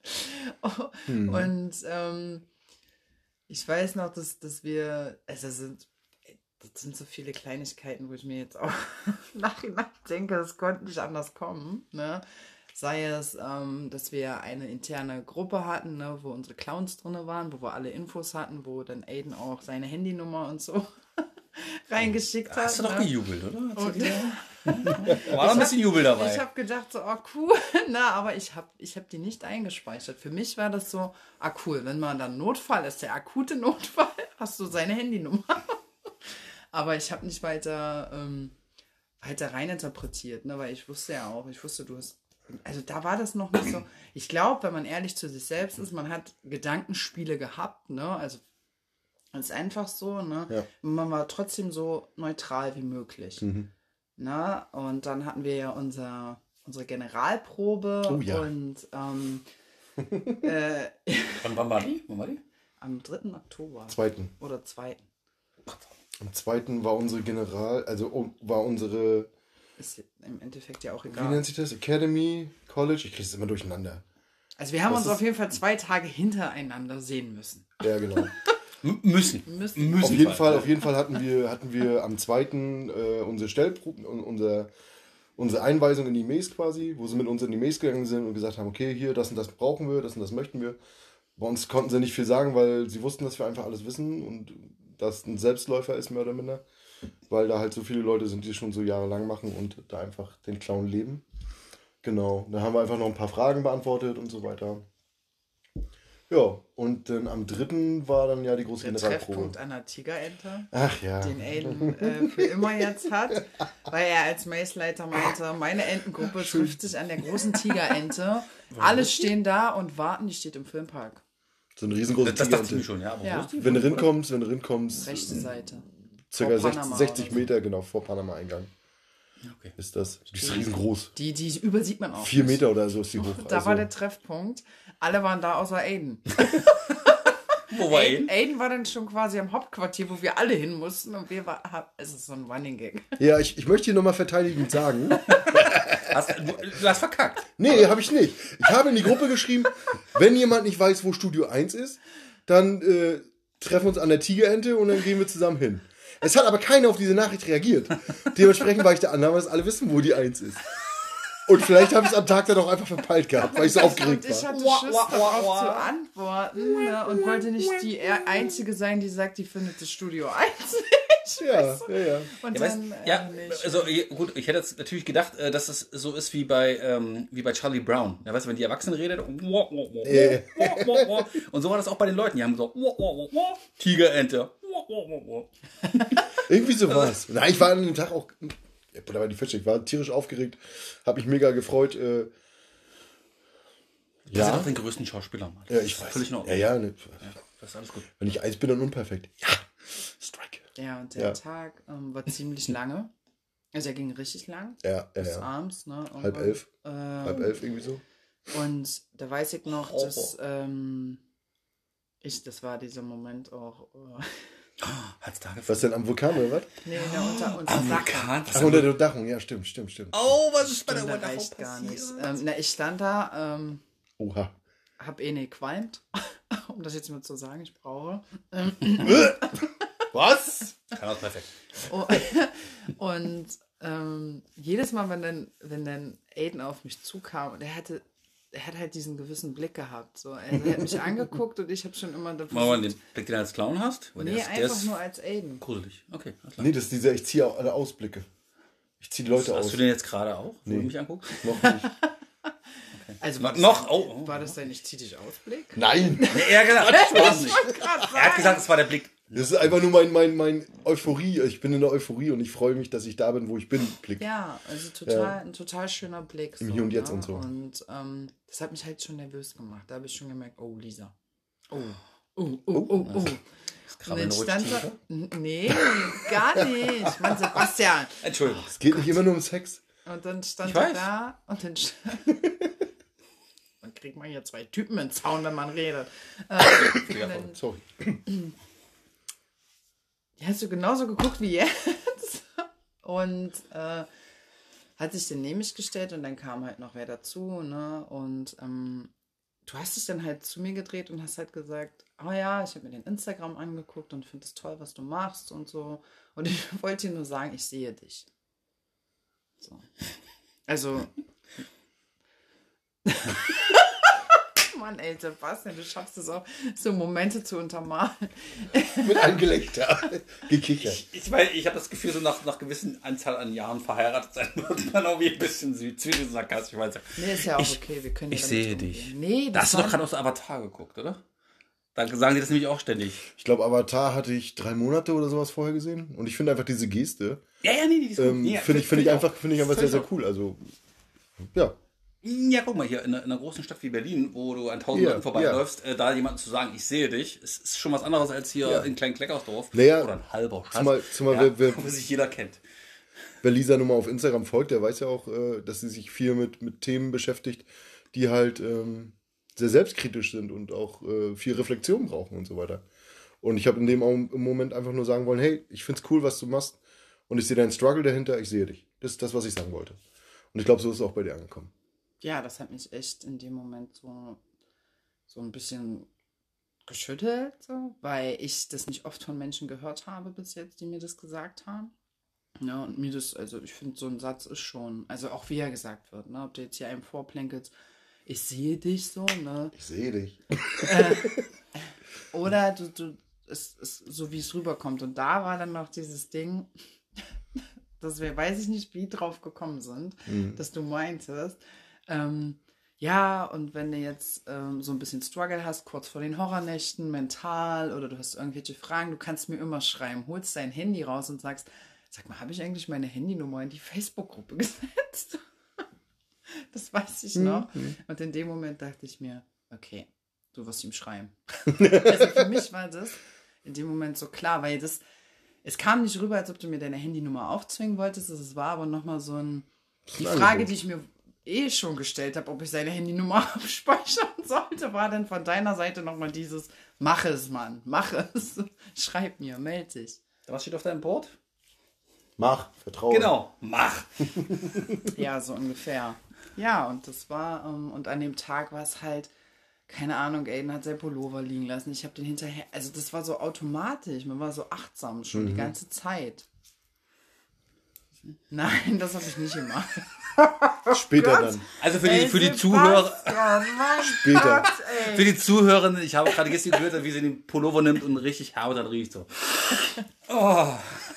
Und ähm, ich weiß noch, dass, dass wir, also das sind, das sind so viele Kleinigkeiten, wo ich mir jetzt auch im Nachhinein denke, das konnte nicht anders kommen. Ne? Sei es, ähm, dass wir eine interne Gruppe hatten, ne, wo unsere Clowns drin waren, wo wir alle Infos hatten, wo dann Aiden auch seine Handynummer und so reingeschickt hat. Hast du doch ne? gejubelt, oder? Und War doch ein bisschen Jubel dabei. ich habe gedacht, so, oh cool, na, aber ich habe ich hab die nicht eingespeichert. Für mich war das so, ah cool, wenn man dann Notfall ist, der akute Notfall, hast du seine Handynummer. Aber ich habe nicht weiter, ähm, weiter reininterpretiert, ne, weil ich wusste ja auch, ich wusste, du hast, also da war das noch nicht so, ich glaube, wenn man ehrlich zu sich selbst ist, man hat Gedankenspiele gehabt, ne, also das ist einfach so, ne, Ja. man war trotzdem so neutral wie möglich. Mhm. Na, und dann hatten wir ja unser, unsere Generalprobe Oh ja. und ähm, äh, Wann wann war die? Wann war die? am dritten Oktober Zweiten. oder zweiten Am zweiten war unsere General, also um- war unsere, ist im Endeffekt ja auch wie egal. nennt sich das? Academy, College? Ich kriege es immer durcheinander. Also wir haben Das uns ist- auf jeden Fall zwei Tage hintereinander sehen müssen. Ja, genau. M müssen. Müssen. Müssen Auf jeden wir. Fall, auf jeden Fall hatten wir, hatten wir am zweiten Äh, unsere Stellproben, un- unser, unsere Einweisung in die Maze quasi, wo sie mit uns in die Maze gegangen sind und gesagt haben, okay, hier, das und das brauchen wir, das und das möchten wir. Bei uns konnten sie nicht viel sagen, weil sie wussten, dass wir einfach alles wissen und dass ein Selbstläufer ist, mehr oder minder. Weil da halt so viele Leute sind, die schon so jahrelang machen und da einfach den Clown leben. Genau, da haben wir einfach noch ein paar Fragen beantwortet und so weiter. Ja, und dann am dritten war dann ja die große Der Generalprobe. Treffpunkt an der Tigerente, Ach ja. den Aiden äh, für immer jetzt hat, weil er als Mace-Leiter meinte, meine Entengruppe trifft sich an der großen Tigerente. Alle stehen da und warten, die steht im Filmpark. So eine riesengroße Das dachte ich mir Tigerente. schon, ja. Aber Ja. wo ist die? Wenn du rinkommst, wenn du rinkommst, Rechte Seite. circa Vor Panama sechzig oder so. Meter, genau, vor Panama-Eingang Okay. ist das. Die ist riesengroß. Die, die übersieht man auch. Vier nicht. Meter oder so ist die hoch. Da also, war der Treffpunkt. Alle waren da außer Aiden. Wo war Aiden, ihn? Aiden war dann schon quasi am Hauptquartier, wo wir alle hin mussten. Und wir war, hab- es ist so ein Running Gag. Ja, ich, ich möchte hier nochmal verteidigend sagen. Hast, du, du hast verkackt. Nee, habe ich nicht. Ich habe in die Gruppe geschrieben, wenn jemand nicht weiß, wo Studio eins ist, dann äh, treffen wir uns an der Tigerente und dann gehen wir zusammen hin. Es hat aber keiner auf diese Nachricht reagiert. Dementsprechend war ich der Annahme, dass alle wissen, wo die eins ist. Und vielleicht habe ich es am Tag dann auch einfach verpeilt gehabt, weil ich so aufgeregt Und ich war. hatte Wah, Schiss wah, wah, darauf wah. zu antworten ne, und wollte nicht die er- Einzige sein, die sagt, die findet das Studio eins nicht. Ja, ja, ja. Und Ja, weißt, dann äh, ja nicht. also eh, gut, ich hätte jetzt natürlich gedacht, äh, dass es so ist wie bei, ähm, wie bei Charlie Brown. Ja, weißt du, wenn die Erwachsenen redet, wah, wah, wah, Äh. wah, wah, wah. Und so war das auch bei den Leuten. Die haben so, wah, wah, wah, wah, Tigerente. Wah, wah, wah, wah. Irgendwie so war es. Nein, ich war an dem Tag auch. Ja, da war die Fische. Ich war tierisch aufgeregt. Habe mich mega gefreut. Äh, Das sind ja, doch den größten Schauspieler, Mann. ja, ich weiß. Völlig in Ja, Ordnung. ja, ne, Das ist alles gut. wenn ich eins bin, dann unperfekt. Ja, Strike. Ja, und der Ja. Tag ähm, war ziemlich lange. Also er ging richtig lang. Ja, ja, Bis ja. abends. Ne, Halb irgendwann. elf. Ähm, Halb elf irgendwie so. Und da weiß ich noch, Oh, dass ähm, ich, das war dieser Moment auch, äh, Hat's da gefallen? Was denn, am Vulkan oder was? Nee, der unter uns. Am Vulkan? Ach, unter der Überdachung, ja, stimmt, stimmt, stimmt. Oh, was ist bei der Stunde Überdachung reicht gar nicht. passiert? Ähm, na, ich stand da, ähm, Oha. hab eh nicht gequalmt, um das jetzt mal zu sagen, ich brauche. Ähm, Was? Kann auch perfekt. oh, und ähm, jedes Mal, wenn dann, wenn dann Aiden auf mich zukam, und er hatte, er hat halt diesen gewissen Blick gehabt. So. Also er hat mich angeguckt und ich habe schon immer Mal mal versucht, den Blick, den du als Clown hast? Weil nee, der ist, der einfach ist nur als Aiden. gruselig. Okay, alles klar. Nee, das ist dieser, ich ziehe alle Ausblicke. Ich ziehe die Leute Hast aus. du den jetzt gerade auch, wo Nee. du mich anguckst? Noch nicht. Also Noch- war das noch? Ein, Oh, oh. War das denn nicht zieh dich Ausblick? Nein! Nee, er hat gesagt, das war's nicht. Er hat gesagt, es war der Blick. Das ist einfach nur mein, mein, mein Euphorie. Ich bin in der Euphorie und ich freue mich, dass ich da bin, wo ich bin. Blick. Ja, also total, ein total schöner Blick. Im so, Hier und Jetzt ne? und so. Und ähm, das hat mich halt schon nervös gemacht. Da habe ich schon gemerkt, oh, Lisa. Oh, oh, oh, oh, oh. Das Und Krabbeln dann ruhig stand tiefer. da, N- nee, gar nicht. Mann, Sebastian. Entschuldigung. Es geht nicht immer nur um Sex. Und dann stand Ich er weiß. da und dann st- dann kriegt man hier zwei Typen in den Zaun, wenn man redet. Ähm, und dann Sorry. hast du genauso geguckt wie jetzt und äh, hat sich dann neben mich gestellt und dann kam halt noch wer dazu, ne? Und ähm, du hast dich dann halt zu mir gedreht und hast halt gesagt, oh ja, ich habe mir den Instagram angeguckt und finde es toll, was du machst und so. Und ich wollte dir nur sagen, ich sehe dich. So. Also. Mann, ey, Sebastian, du schaffst es auch, so Momente zu untermalen. Mit einem Gelächter. Gekichert. Ich meine, ich habe das Gefühl, so nach, nach gewissen Anzahl an Jahren verheiratet sein wird man auch wie ein bisschen zynisch sarkastisch. Weil Nee, ist ja auch ich, okay, wir können ja ich damit sehe umgehen. dich. Nee, Da das hast du doch war- gerade aus Avatar geguckt, oder? Da sagen die das nämlich auch ständig. Ich glaube, Avatar hatte ich drei Monate oder sowas vorher gesehen. Und ich finde einfach diese Geste, Ja, ja, nee, die ist gut. ähm, Nee, finde ich, finde ich auch. einfach, finde ich einfach sehr, Find sehr auch. cool. Also, ja. Ja, guck mal, hier in einer, in einer großen Stadt wie Berlin, wo du an tausend Ja, Leuten vorbeiläufst, äh, da jemandem zu sagen, ich sehe dich, ist, ist schon was anderes als hier Ja. in Klein-Kleckersdorf Naja, oder in Halberstadt, zumal- zumal ja, wer- wer- wo sich jeder kennt. Wer Lisa nun mal auf Instagram folgt, der weiß ja auch, äh, dass sie sich viel mit, mit Themen beschäftigt, die halt ähm, sehr selbstkritisch sind und auch äh, viel Reflexion brauchen und so weiter. Und ich habe in dem Au- im Moment einfach nur sagen wollen, hey, ich find's cool, was du machst und ich sehe deinen Struggle dahinter, ich sehe dich. Das ist das, was ich sagen wollte. Und ich glaube, so ist es auch bei dir angekommen. Ja, das hat mich echt in dem Moment so, so ein bisschen geschüttelt, so, weil ich das nicht oft von Menschen gehört habe bis jetzt, die mir das gesagt haben. Ja, und mir das, also ich finde, so ein Satz ist schon, also auch wie er gesagt wird, ne, ob du jetzt hier einem vorplänkelst, ich sehe dich so, ne, Ich sehe dich. oder du, du, es ist so, wie es rüberkommt. Und da war dann noch dieses Ding, dass wir, weiß ich nicht, wie drauf gekommen sind, dass du meintest, ähm, ja, und wenn du jetzt ähm, so ein bisschen Struggle hast, kurz vor den Horrornächten, mental, oder du hast irgendwelche Fragen, du kannst mir immer schreiben, holst dein Handy raus und sagst, sag mal, habe ich eigentlich meine Handynummer in die Facebook-Gruppe gesetzt? Das weiß ich noch. Und in dem Moment dachte ich mir, okay, du wirst ihm schreiben. Also für mich war das in dem Moment so klar, weil das, es kam nicht rüber, als ob du mir deine Handynummer aufzwingen wolltest. Es war aber nochmal so ein, die ein Frage, Angebot. die ich mir eh schon gestellt habe, ob ich seine Handynummer abspeichern sollte, war dann von deiner Seite nochmal dieses, mach es, Mann, mach es. Schreib mir, melde dich. Was steht auf deinem Board? Mach, vertraue. Genau, mach. Ja, so ungefähr. Ja, und das war, ähm, und an dem Tag war es halt, keine Ahnung, Aiden hat sein Pullover liegen lassen. Ich habe den hinterher, also das war so automatisch, man war so achtsam schon die ganze Zeit. Nein, das habe ich nicht gemacht. Später dann. Also für die, für die Zuhörer, Sebastian, mein Später. Gott, ey. für die Zuhörerinnen, ich habe gerade gestern gehört, wie sie den Pullover nimmt und richtig herb dann riecht so. Oh,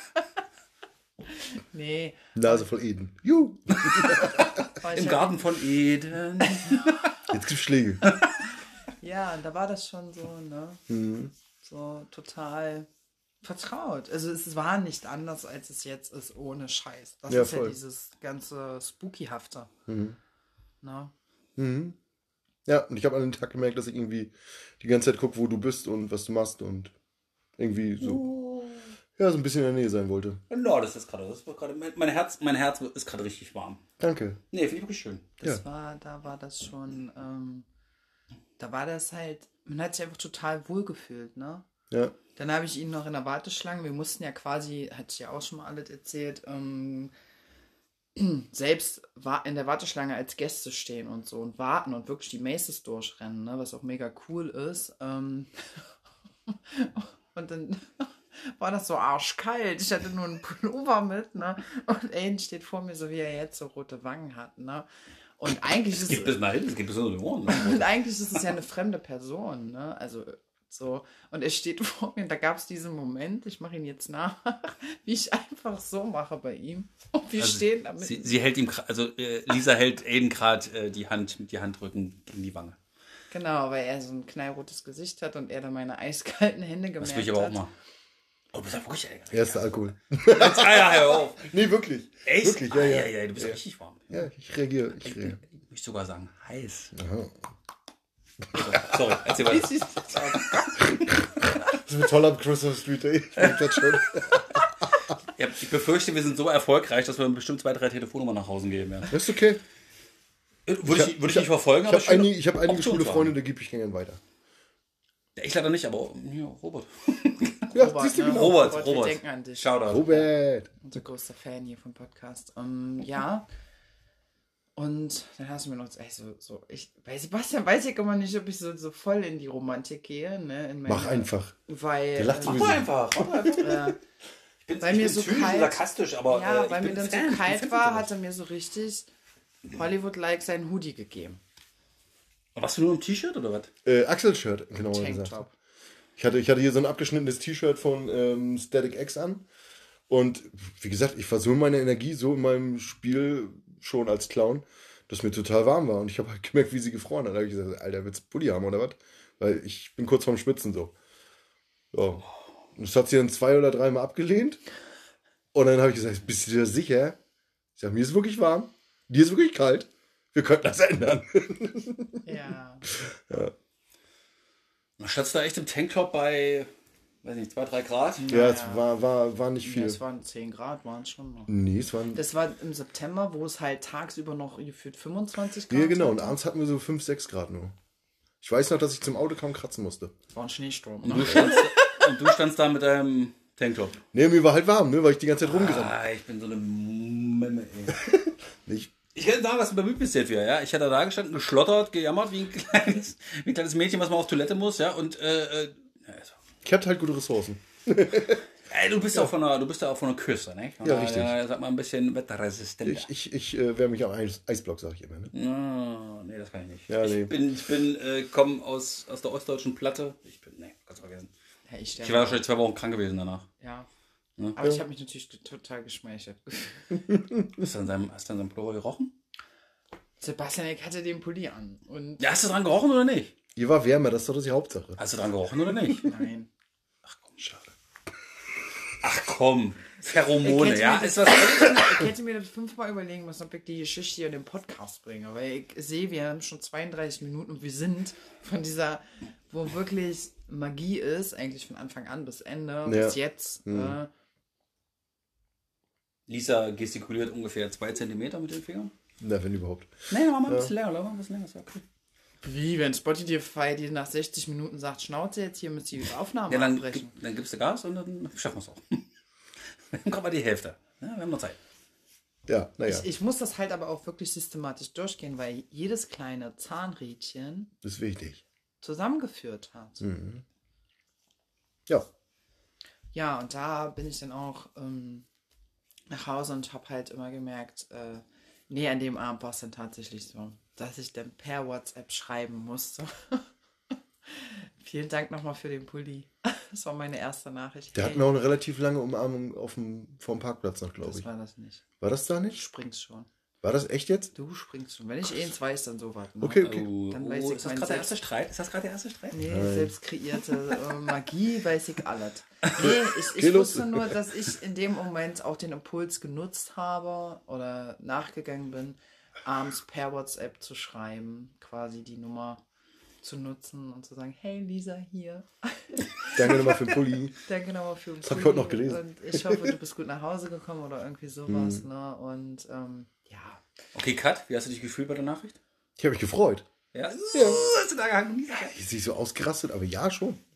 Nee. Nase voll Eden. Juhu. war ich im halt- Garten von Eden. Jetzt gibt's Schläge. Ja, da war das schon so, ne? So total vertraut. Also es war nicht anders, als es jetzt ist, ohne Scheiß. Das Ja, ist ja voll. dieses ganze Spooky-hafte. Ne? Ja, und ich habe an dem Tag gemerkt, dass ich irgendwie die ganze Zeit gucke, wo du bist und was du machst und irgendwie so, ja, so ein bisschen in der Nähe sein wollte. No, das ist gerade, das wird gerade, mein Herz, mein Herz ist gerade richtig warm. Danke. Nee, finde ich wirklich schön. Das Ja. war, da war das schon, ähm, da war das halt, man hat sich einfach total wohl gefühlt, ne? Ja. Dann habe ich ihn noch in der Warteschlange. Wir mussten ja quasi, hatte ich ja auch schon mal alles erzählt, ähm, selbst in der Warteschlange als Gäste stehen und so und warten und wirklich die Maces durchrennen, ne, was auch mega cool ist. Ähm und dann war das so arschkalt. Ich hatte nur einen Pullover mit, ne? Und Aiden steht vor mir, so wie er jetzt so rote Wangen hat, ne? Und eigentlich ist es. Bis mal hin, es gibt bis so die Ohren. Und eigentlich ist es ja eine fremde Person, ne? Also so. Und er steht vor mir und da gab es diesen Moment, ich mache ihn jetzt nach, wie ich einfach so mache bei ihm. Und wir also stehen damit. Sie, sie hält ihm, also äh, Lisa hält Aiden gerade äh, die Hand mit die Handrücken gegen die Wange. Genau, weil er so ein knallrotes Gesicht hat und er dann meine eiskalten Hände gemerkt hat. Das will ich aber auch mal. Oh, du bist ja wirklich ärgerlich. Erster Alkohol. Jetzt, ah, ja, hör auf. Nee, wirklich. Echt? Wirklich, ja, ah, ja. ja, ja. Du bist ja richtig warm. Ja, ich reagiere. Ich Ich, reagiere. ich möchte sogar sagen, heiß. Aha. So, sorry, erzähl weiter. Das ist das auch. Das wird toll am Christmas Street Day. Ich merke das schon. Ja, ich befürchte, wir sind so erfolgreich, dass wir bestimmt zwei, drei Telefonnummern nach Hause geben. Ja. Das ist okay. Würde ich, hab- würde ich ich nicht verfolgen, Ich aber habe schön, einige, ich hab einige Option coole zu Freunde, haben. da gebe ich gerne weiter. Ja, ich leider nicht, aber ja, Robert. Ja, Robert, siehst du ne? genau. Robert, wir Robert. denken an dich. Shoutout. Robert. Unser größter Fan hier vom Podcast. Ähm, ja. Und dann hast du mir noch, also, so, ich, bei Sebastian weiß ich immer nicht, ob ich so, so voll in die Romantik gehe, ne? In meine, Mach einfach. Weil, Der lacht äh, so. Mach mal einfach. Mach mal einfach. äh, Ich bin, Weil ich mir bin so zynisch und kalt- sarkastisch, aber ja, äh, ich weil bin mir dann Fan. so Ich bin kalt Fan war, von hat sowas. er mir so richtig Hollywood-like seinen Hoodie gegeben. Warst du nur im T-Shirt oder was? Äh, Axel-Shirt, genauer gesagt. Tanktop. Ich hatte, ich hatte hier so ein abgeschnittenes T-Shirt von ähm, Static X an. Und wie gesagt, ich war so in meiner Energie, so in meinem Spiel schon als Clown, dass mir total warm war. Und ich habe halt gemerkt, wie sie gefroren hat. Da habe ich gesagt, Alter, willst du Pulli haben oder was? Weil ich bin kurz vorm Schwitzen so. So. Und das hat sie dann zwei oder dreimal abgelehnt. Und dann habe ich gesagt, bist du dir sicher? Ich sage, mir ist wirklich warm. Dir ist wirklich kalt. Wir könnten das ändern. Ja. Standst du da echt im Tanktop bei, weiß nicht, zwei, drei Grad? Ja, es war, war, war nicht Ja, viel. es waren zehn Grad, waren es schon noch. Nee, es waren. Das war im September, wo es halt tagsüber noch gefühlt fünfundzwanzig Grad Ja, genau. Und hatte. abends hatten wir so fünf, sechs Grad nur. Ich weiß noch, dass ich zum Auto kaum kratzen musste. Es war ein Schneesturm. Und, Ne? du standst, und du standst da mit deinem Tanktop. Nee, mir war halt warm, ne, weil ich die ganze Zeit rumgerannt Ah, ich bin so eine Memme, ey. bin. Ich, Ich kann sagen, was du bemüht bist dafür, ja. Ich hatte da gestanden, geschlottert, gejammert, wie ein kleines, wie ein kleines Mädchen, was mal auf Toilette muss, ja. Und, äh, äh also. ich hatte halt gute Ressourcen. Ey, du bist ja auch von der, du bist ja auch von der Küste, ne? Von Ja, der- richtig. Ja, sag mal ein bisschen wetterresistenter. Ich, ich, ich äh, wärme mich am Eis, Eisblock, sag ich immer. Ne? No, nee, das kann ich nicht. Ja, nee. Ich bin, ich bin, äh, komm aus, aus der ostdeutschen Platte. Ich bin, nee, kannst du vergessen. Ja, ich Ich war schon zwei Wochen krank gewesen danach. Ja. Ja. Aber ich habe mich natürlich ge- total geschmeichelt. Hast du an seinem, hast du an seinem Pullover gerochen? Sebastian, ich hatte den Pulli an. Und Ja, hast du dran gerochen oder nicht? Ihr war wärmer, das ist doch die Hauptsache. Hast du dran gerochen oder nicht? nein. Ach komm, Schade. Ach komm. Ich Pheromone, hätte ja? mir Ist das- was. Ich hätte mir das fünfmal überlegen müssen, ob ich die Geschichte hier in den Podcast bringe. Weil ich sehe, wir haben schon zweiunddreißig Minuten und wir sind von dieser, wo wirklich Magie ist, eigentlich von Anfang an bis Ende, Ja. bis jetzt. Mhm. Äh, Lisa gestikuliert ungefähr zwei Zentimeter mit den Fingern. Na, wenn überhaupt. Nee, mach mal ein bisschen länger, mach mal ein bisschen länger. Ist ja okay. wie, wenn Spotify dir nach sechzig Minuten sagt, Schnauze jetzt, hier müsst ihr die Aufnahme Ja, dann, abbrechen. gib- dann gibst du Gas und dann schaffen wir es auch. Wir haben gerade mal die Hälfte. Ja, wir haben noch Zeit. Ja, naja, Ich, ich muss das halt aber auch wirklich systematisch durchgehen, weil jedes kleine Zahnrädchen das ist wichtig. zusammengeführt hat. Mhm. Ja, Ja, und da bin ich dann auch ähm, nach Hause und habe halt immer gemerkt, äh, nee, an dem Abend war es dann tatsächlich so, dass ich dann per WhatsApp schreiben musste. Vielen Dank nochmal für den Pulli. Das war meine erste Nachricht. der Hey, hat mir auch eine relativ lange Umarmung auf dem, vom Parkplatz noch, glaube das ich. war das nicht. War das da Du nicht? springst schon. War das echt jetzt? Du springst schon. Wenn ich eins weiß, dann so was. Ne? Okay, okay. Oh, Dann oh, weiß ich ist das mein gerade der Selbst- erste Streit? Ist das gerade der erste Streit? Nee, Nein. selbst kreierte äh, Magie weiß ich alles. Nee, ich, Okay, ich los. wusste nur, dass ich in dem Moment auch den Impuls genutzt habe oder nachgegangen bin, abends per WhatsApp zu schreiben, quasi die Nummer zu nutzen und zu sagen, hey Lisa, hier. Danke nochmal für den Pulli. Danke nochmal für den Das hab ich Pulli heute noch gelesen. Und ich hoffe, du bist gut nach Hause gekommen oder irgendwie sowas. Mhm. Ne? Und ähm, ja, Okay, Kat, wie hast du dich gefühlt bei der Nachricht? Ich habe mich gefreut. Ja, Ja. hast du da gehangen? Ich bin nicht so ausgerastet, aber ja, schon.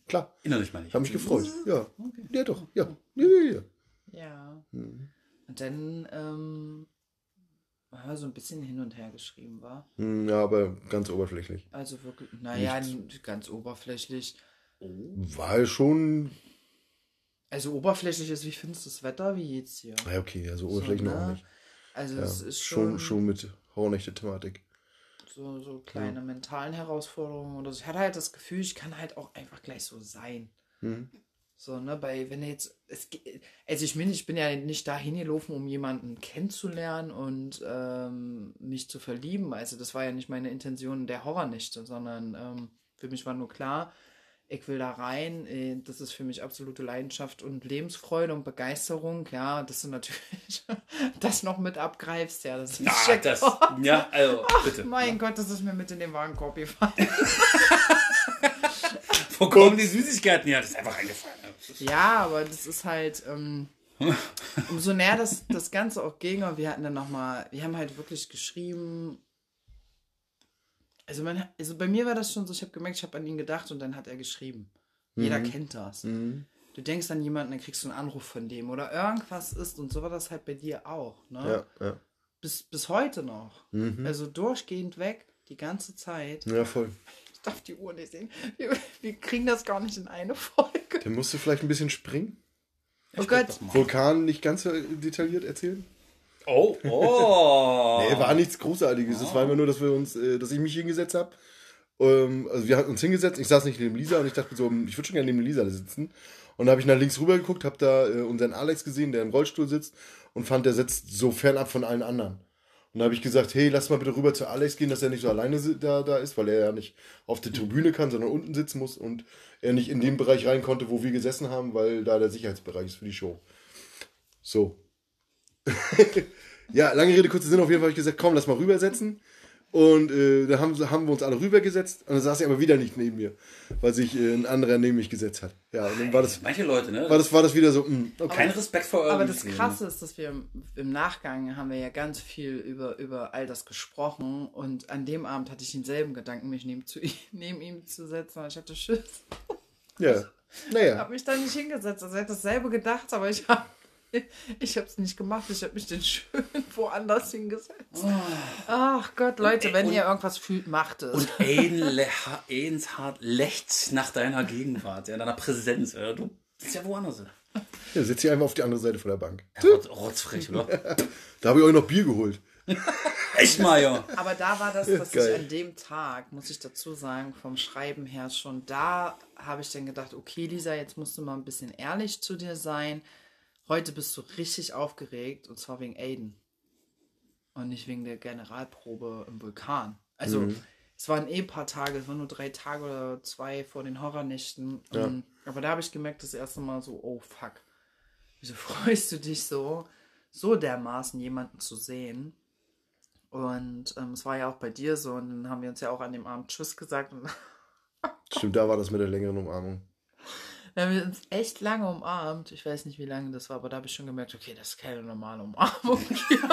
Klar. Innerlich meine ich. Ich habe mich gefreut. Ja. Okay. Ja, doch. Ja. Ja, ja, ja. Ja. Mhm. Und dann ähm, haben wir so ein bisschen hin und her geschrieben, war. Ja, aber ganz oberflächlich. Also wirklich, naja, ganz oberflächlich. War schon. Also oberflächlich ist, wie findest du das Wetter? Wie geht's dir? Ja, okay, also oberflächlich So, noch ne? nicht. Also Ja, es ist schon, schon, schon mit hornechte Thematik. so, so kleine mentalen Herausforderungen oder so. Ich hatte halt das Gefühl, ich kann halt auch einfach gleich so sein. Mhm. So, ne, bei, wenn er jetzt, es, ge- also ich bin, ich bin ja nicht dahin gelaufen, um jemanden kennenzulernen und ähm, mich zu verlieben. Also das war ja nicht meine Intention der Horrornächte, sondern ähm, für mich war nur klar, ich will da rein. äh, Das ist für mich absolute Leidenschaft und Lebensfreude und Begeisterung. Ja, dass du natürlich das noch mit abgreifst, ja, das ist Ah, check. das, ja, also, bitte. Mein Gott, das ist mir mit in den Warenkorb gefallen. Wo kommen die Süßigkeiten her? Das ist einfach eingefallen. Ja, aber das ist halt, ähm, umso näher das, das Ganze auch ging, und wir hatten dann nochmal, wir haben halt wirklich geschrieben, also, man, also bei mir war das schon so, ich habe gemerkt, ich habe an ihn gedacht und dann hat er geschrieben. Jeder kennt das. Mhm. Du denkst an jemanden, dann kriegst du einen Anruf von dem oder irgendwas ist, und so war das halt bei dir auch. Ne? Ja, ja. Bis, bis heute noch. Mhm. Also durchgehend weg, die ganze Zeit. Ja, voll. Ich darf die Uhr nicht sehen. Wir, wir kriegen das gar nicht in eine Folge. Dann musst du vielleicht ein bisschen springen. Oh Gott. Vulkan nicht ganz so detailliert erzählen. Oh, oh. Nee, war nichts Großartiges. Es war immer nur, dass wir uns, äh, dass ich mich hingesetzt habe. Ähm, also wir hatten uns hingesetzt. Ich saß nicht neben Lisa und ich dachte so, ich würde schon gerne neben Lisa sitzen. Und dann habe ich nach links rüber geguckt, habe da äh, unseren Alex gesehen, der im Rollstuhl sitzt, und fand, der sitzt so fernab von allen anderen. Und da habe ich gesagt, hey, lass mal bitte rüber zu Alex gehen, dass er nicht so alleine si- da, da ist, weil er ja nicht auf der Tribüne kann, sondern unten sitzen muss und er nicht in den Bereich rein konnte, wo wir gesessen haben, weil da der Sicherheitsbereich ist für die Show. So. Ja, lange Rede, kurzer Sinn, auf jeden Fall habe ich gesagt, komm, lass mal rübersetzen. Und äh, da haben, haben wir uns alle rübergesetzt und dann saß er aber wieder nicht neben mir, weil sich äh, ein anderer neben mich gesetzt hat. Ja, und dann war das, Manche Leute, ne? war das, war das wieder so, mh, okay. Kein Respekt vor eurem Aber das Leben. Krasse ist, dass wir im, im Nachgang haben wir ja ganz viel über, über all das gesprochen, und an dem Abend hatte ich denselben Gedanken, mich neben, zu, neben ihm zu setzen, aber ich hatte Schiss. Ja, Ich naja. habe mich da nicht hingesetzt. Also ich hätte dasselbe gedacht, aber ich habe ich es nicht gemacht. Ich habe mich dann schön woanders hingesetzt. Ach Gott, Leute, Und- wenn und- ihr irgendwas fühlt, macht es. Und Edenshard lechzt nach deiner Gegenwart, ja, deiner Präsenz. Ja. Du bist ja woanders. Ja, setz dich einfach auf die andere Seite von der Bank. Ja, rotz, rotzfrech, oder? Da habe ich euch noch Bier geholt. Echt mal, ja. Aber da war das, dass Geil. ich an dem Tag, muss ich dazu sagen, vom Schreiben her schon, da habe ich dann gedacht, okay, Lisa, jetzt musst du mal ein bisschen ehrlich zu dir sein. Heute bist du richtig aufgeregt, und zwar wegen Aiden. Und nicht wegen der Generalprobe im Vulkan. Also, Mhm. es waren eh ein paar Tage, es waren nur drei Tage oder zwei vor den Horrornächten. Ja. Und, aber da habe ich gemerkt, das erste Mal so, oh fuck, wieso freust du dich so, so dermaßen jemanden zu sehen? Und ähm, es war ja auch bei dir so, und dann haben wir uns ja auch an dem Abend Tschüss gesagt, und Stimmt, da war das mit der längeren Umarmung. dann haben wir uns echt lange umarmt. Ich weiß nicht, wie lange das war, aber da habe ich schon gemerkt, okay, das ist keine normale Umarmung hier.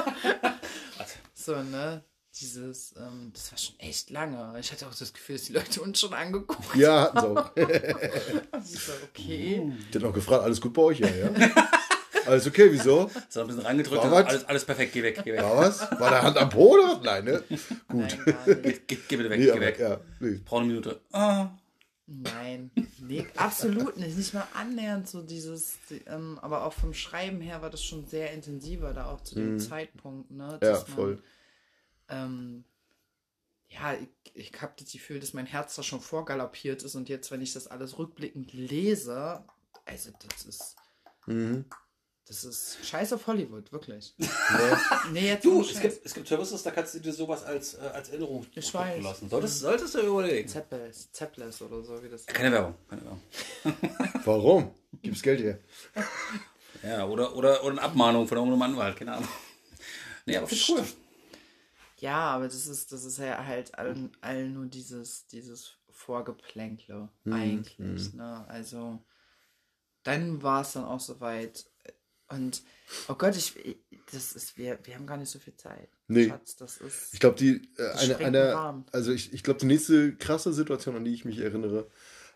So, ne? Dieses, ähm, das war schon echt lange. Ich hatte auch das Gefühl, dass die Leute uns schon angeguckt Ja, hatten sie auch. haben. Ich so, okay. Die hat noch gefragt, alles gut bei euch? Ja, ja. Alles okay, wieso? So ein bisschen reingedrückt, War und was? alles, alles perfekt, geh weg, geh weg. War was? War da Hand am Po oder was? Nein, ne? Gut. Nein, gar nicht. Geh, geh bitte weg, Nee, geh aber, weg. ja, nee. Brauch eine Minute. Ah. Nein, nee, absolut nicht. Nicht mal annähernd so dieses, die, ähm, aber auch vom Schreiben her war das schon sehr intensiver, da auch zu dem Zeitpunkt, ne? Ja, dass man, voll. Ähm, ja, ich, ich habe das Gefühl, dass mein Herz da schon vorgaloppiert ist, und jetzt, wenn ich das alles rückblickend lese, also das ist, Mhm. das ist scheiß auf Hollywood, wirklich. Ja. Nee, jetzt Du, ohne es Scheiß. gibt, es gibt Services, da kannst du dir sowas als, äh, als Erinnerung Ich drucken weiß. lassen. Solltest, solltest du überlegen. Zepples, Zepples oder so, wie das Keine Werbung, keine Werbung. Warum? Gib's Geld her. Ja, oder, oder, oder eine Abmahnung von irgendeinem Anwalt, keine Ahnung. Nee, aber finde ich cool. Ja, aber das ist, das ist ja halt allen, allen nur dieses, dieses Vorgeplänkle eigentlich. Ne? Also dann war es dann auch soweit. Und oh Gott, ich, das ist, wir, wir haben gar nicht so viel Zeit. Nee. Schatz, das ist. Ich glaube, die äh, Das eine, sprengt den eine Rahmen. also ich, ich glaube, die nächste krasse Situation, an die ich mich erinnere,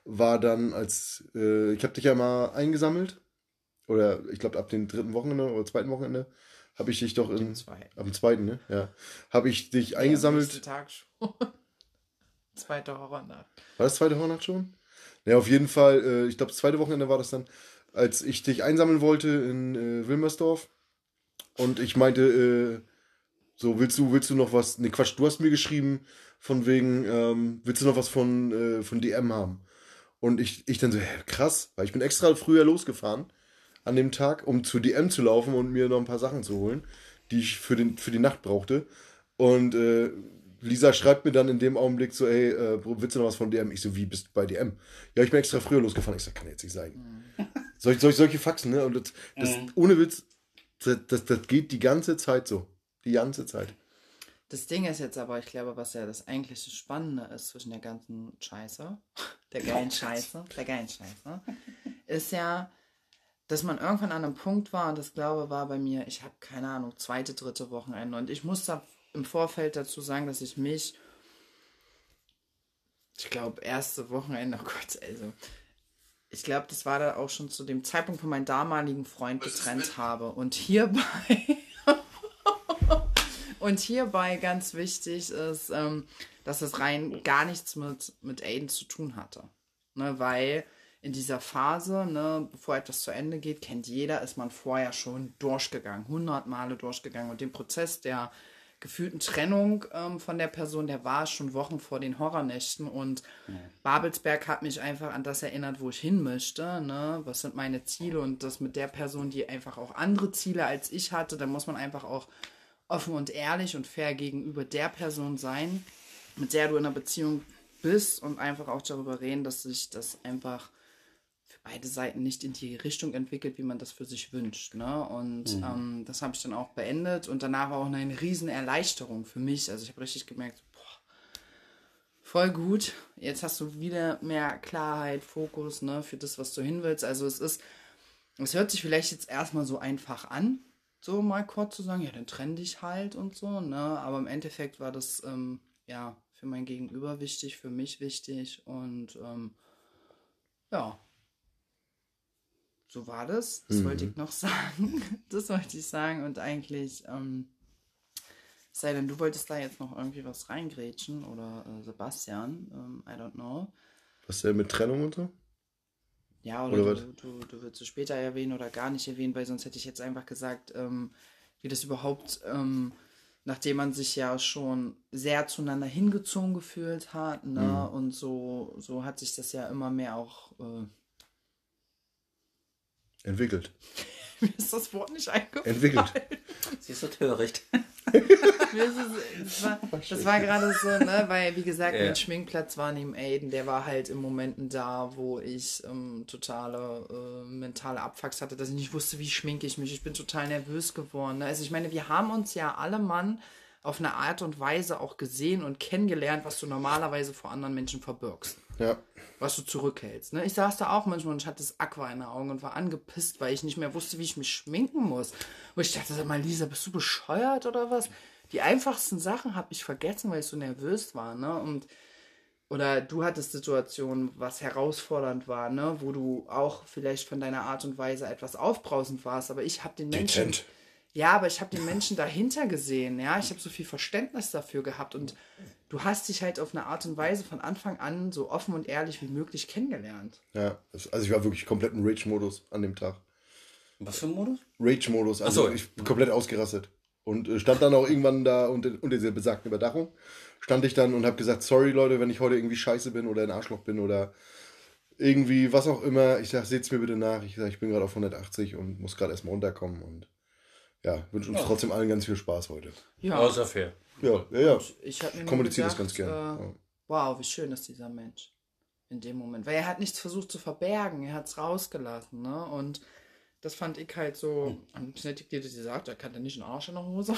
war dann, als, äh, ich habe dich ja mal eingesammelt, oder ich glaube ab dem dritten Wochenende oder zweiten Wochenende, habe ich dich doch in, ab dem zweiten, ne? Ja, habe ich dich ja, eingesammelt. Am nächsten Tag schon. Zweite Horrornacht. War das zweite Horrornacht schon? Ja, auf jeden Fall, äh, ich glaube das zweite Wochenende war das dann, als ich dich einsammeln wollte in äh, Wilmersdorf und ich meinte, äh, so, willst du, willst du noch was, ne Quatsch, du hast mir geschrieben, von wegen, ähm, willst du noch was von, äh, von D M haben? Und ich, ich dann so, hä, krass, weil ich bin extra früher losgefahren an dem Tag, um zu D M zu laufen und mir noch ein paar Sachen zu holen, die ich für, den, für die Nacht brauchte. Und äh, Lisa schreibt mir dann in dem Augenblick so, ey, äh, willst du noch was von D M? Ich so, wie, bist du bei D M? Ja, ich bin extra früher losgefahren. Ich sag, kann jetzt nicht sein. Mhm. Solch, solch, solche Faxen, ne? Und das, das mhm. ohne Witz, das, das, das geht die ganze Zeit so. Die ganze Zeit. Das Ding ist jetzt aber, ich glaube, was ja das eigentliche Spannende ist zwischen der ganzen Scheiße, der geilen Scheiße, der geilen Scheiße, ist ja, dass man irgendwann an einem Punkt war, und das glaube war bei mir, ich habe keine Ahnung, zweite, dritte Wochenende. Und ich muss da im Vorfeld dazu sagen, dass ich mich, ich glaube, erste Wochenende, oh Gott, also, ich glaube, das war da auch schon zu dem Zeitpunkt von meinem damaligen Freund getrennt habe. Und hierbei... Und hierbei ganz wichtig ist, ähm, dass es rein gar nichts mit, mit Aiden zu tun hatte. Ne, weil in dieser Phase, ne, bevor etwas zu Ende geht, kennt jeder, ist man vorher schon durchgegangen, hundert Male durchgegangen. Und den Prozess der gefühlten Trennung ähm, von der Person, der war schon Wochen vor den Horrornächten. Und ja. Babelsberg hat mich einfach an das erinnert, wo ich hin möchte. Ne? Was sind meine Ziele? Und das mit der Person, die einfach auch andere Ziele als ich hatte, da muss man einfach auch offen und ehrlich und fair gegenüber der Person sein, mit der du in einer Beziehung bist und einfach auch darüber reden, dass sich das einfach für beide Seiten nicht in die Richtung entwickelt, wie man das für sich wünscht. Ne? Und mhm. ähm, das habe ich dann auch beendet und danach war auch eine riesen Erleichterung für mich. Also ich habe richtig gemerkt, boah, voll gut, jetzt hast du wieder mehr Klarheit, Fokus, ne, für das, was du hin willst. Also es ist, es hört sich vielleicht jetzt erstmal so einfach an, so mal kurz zu sagen, ja, dann trenn dich halt und so, ne, aber im Endeffekt war das, ähm, ja, für mein Gegenüber wichtig, für mich wichtig und, ähm, ja, so war das, das mhm. wollte ich noch sagen, das wollte ich sagen und eigentlich, ähm, sei denn, du wolltest da jetzt noch irgendwie was reingrätschen oder äh, Sebastian, ähm, I don't know. Was denn mit Trennung und so? Ja, oder, oder du, du, du würdest es später erwähnen oder gar nicht erwähnen, weil sonst hätte ich jetzt einfach gesagt, ähm, wie das überhaupt, ähm, nachdem man sich ja schon sehr zueinander hingezogen gefühlt hat, ne, mhm. und so, so hat sich das ja immer mehr auch äh, entwickelt. Mir ist das Wort nicht eingefallen. Entwickelt. Sie ist so töricht. das war, das war gerade so, ne, weil, wie gesagt, ja. mein Schminkplatz war neben Aiden, der war halt in Momenten da, wo ich ähm, totale äh, mentale Abfucks hatte, dass ich nicht wusste, wie schminke ich mich. Ich bin total nervös geworden. Ne? Also ich meine, wir haben uns ja alle Mann auf eine Art und Weise auch gesehen und kennengelernt, was du normalerweise vor anderen Menschen verbirgst. Ja. Was du zurückhältst. Ne? Ich saß da auch manchmal und ich hatte das Aqua in den Augen und war angepisst, weil ich nicht mehr wusste, wie ich mich schminken muss. Und ich dachte, sag mal, Lisa, bist du bescheuert oder was? Die einfachsten Sachen habe ich vergessen, weil ich so nervös war. Ne? Und, oder du hattest Situationen, was herausfordernd war, ne? Wo du auch vielleicht von deiner Art und Weise etwas aufbrausend warst, aber ich habe den Menschen... Dezent. Ja, aber ich habe den Menschen dahinter gesehen, ja, ich habe so viel Verständnis dafür gehabt und du hast dich halt auf eine Art und Weise von Anfang an so offen und ehrlich wie möglich kennengelernt. Ja, also ich war wirklich komplett im Rage-Modus an dem Tag. Was für ein Modus? Rage-Modus, also so. Ich bin komplett ausgerastet. Und stand dann auch irgendwann da unter, unter dieser besagten Überdachung, stand ich dann und habe gesagt, sorry Leute, wenn ich heute irgendwie scheiße bin oder ein Arschloch bin oder irgendwie was auch immer. Ich sag, seht's mir bitte nach. Ich sag, ich bin gerade auf hundertachtzig und muss gerade erstmal runterkommen und ja, wünsche uns ja. trotzdem allen ganz viel Spaß heute. Ja, außer fair. Ja, ja, ja. Ich habe mir kommuniziere das ganz äh, gerne. Ja. Wow, wie schön ist dieser Mensch in dem Moment. Weil er hat nichts versucht zu verbergen, er hat es rausgelassen, ne? Und das fand ich halt so, hm. ich hätte dir das gesagt, er kannte nicht einen Arsch in der Hose.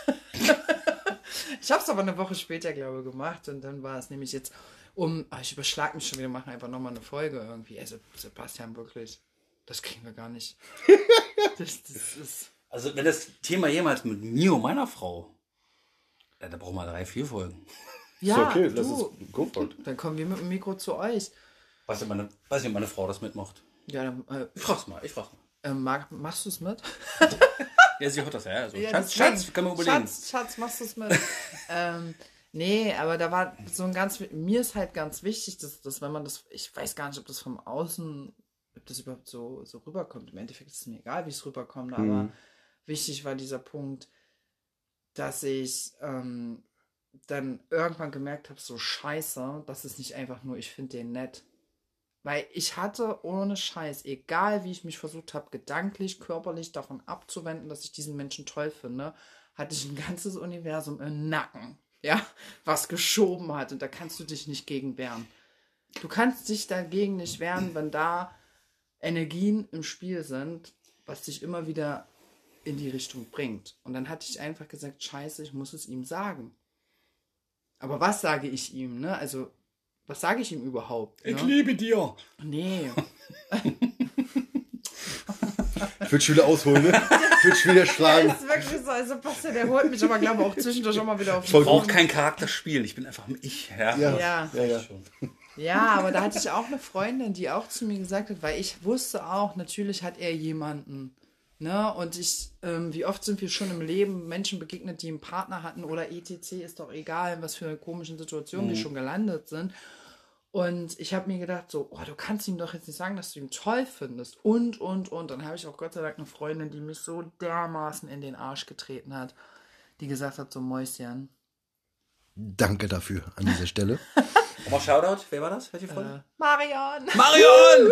Ich habe es aber eine Woche später, glaube ich, gemacht und dann war es nämlich jetzt um, oh, ich überschlag mich schon wieder, machen einfach nochmal eine Folge irgendwie. Also Sebastian, wirklich, das kriegen wir gar nicht. Das, das ist... Also wenn das Thema jemals mit mir und meiner Frau, ja, da brauchen wir drei, vier Folgen. Ja, ist okay, du, das ist go for it. Dann kommen wir mit dem Mikro zu euch. Weiß nicht, meine, weiß nicht, ob meine Frau das mitmacht. Ja, dann, äh, Ich frag's mal, ich frag's mal. äh, mag, machst du es mit? Ja, sie hört das ja. Also, Ja, Schatz, deswegen. Schatz, können wir überlegen. Schatz, Schatz, machst du es mit? ähm, nee, aber da war so ein ganz, mir ist halt ganz wichtig, dass, dass wenn man das, ich weiß gar nicht, ob das vom Außen, ob das überhaupt so, so rüberkommt. Im Endeffekt ist es mir egal, wie es rüberkommt, aber Mhm. wichtig war dieser Punkt, dass ich ähm, dann irgendwann gemerkt habe, so scheiße, das ist nicht einfach nur, ich finde den nett. Weil ich hatte ohne Scheiß, egal wie ich mich versucht habe, gedanklich, körperlich davon abzuwenden, dass ich diesen Menschen toll finde, hatte ich ein ganzes Universum im Nacken, ja, was geschoben hat. Und da kannst du dich nicht gegen wehren. Du kannst dich dagegen nicht wehren, wenn da Energien im Spiel sind, was dich immer wieder in die Richtung bringt. Und dann hatte ich einfach gesagt, scheiße, ich muss es ihm sagen. Aber was sage ich ihm, ne? Also, was sage ich ihm überhaupt? Ich Ne? liebe dir. Nee. Ich würde schon wieder ausholen, ne? Ich würde schon wieder schlagen. Das ist wirklich so, also Pastor, der holt mich aber, glaube ich, auch zwischendurch auch mal wieder auf den Ich brauche Boden. kein Charakterspiel, ich bin einfach ich. Ja, Ja, Ja. ja, ja. Schon. Ja, aber da hatte ich auch eine Freundin, die auch zu mir gesagt hat, weil ich wusste auch, natürlich hat er jemanden. Ne? Und ich, ähm, wie oft sind wir schon im Leben Menschen begegnet, die einen Partner hatten oder et cetera, ist doch egal, in was für komischen Situationen wir schon gelandet sind. Und ich habe mir gedacht, so, oh, du kannst ihm doch jetzt nicht sagen, dass du ihn toll findest. Und, und, und. Dann habe ich auch Gott sei Dank eine Freundin, die mich so dermaßen in den Arsch getreten hat, die gesagt hat, so Mäuschen. Danke dafür an dieser Stelle. Aber Shoutout, wer war das? Welche Freundin? Äh, Marion! Marion!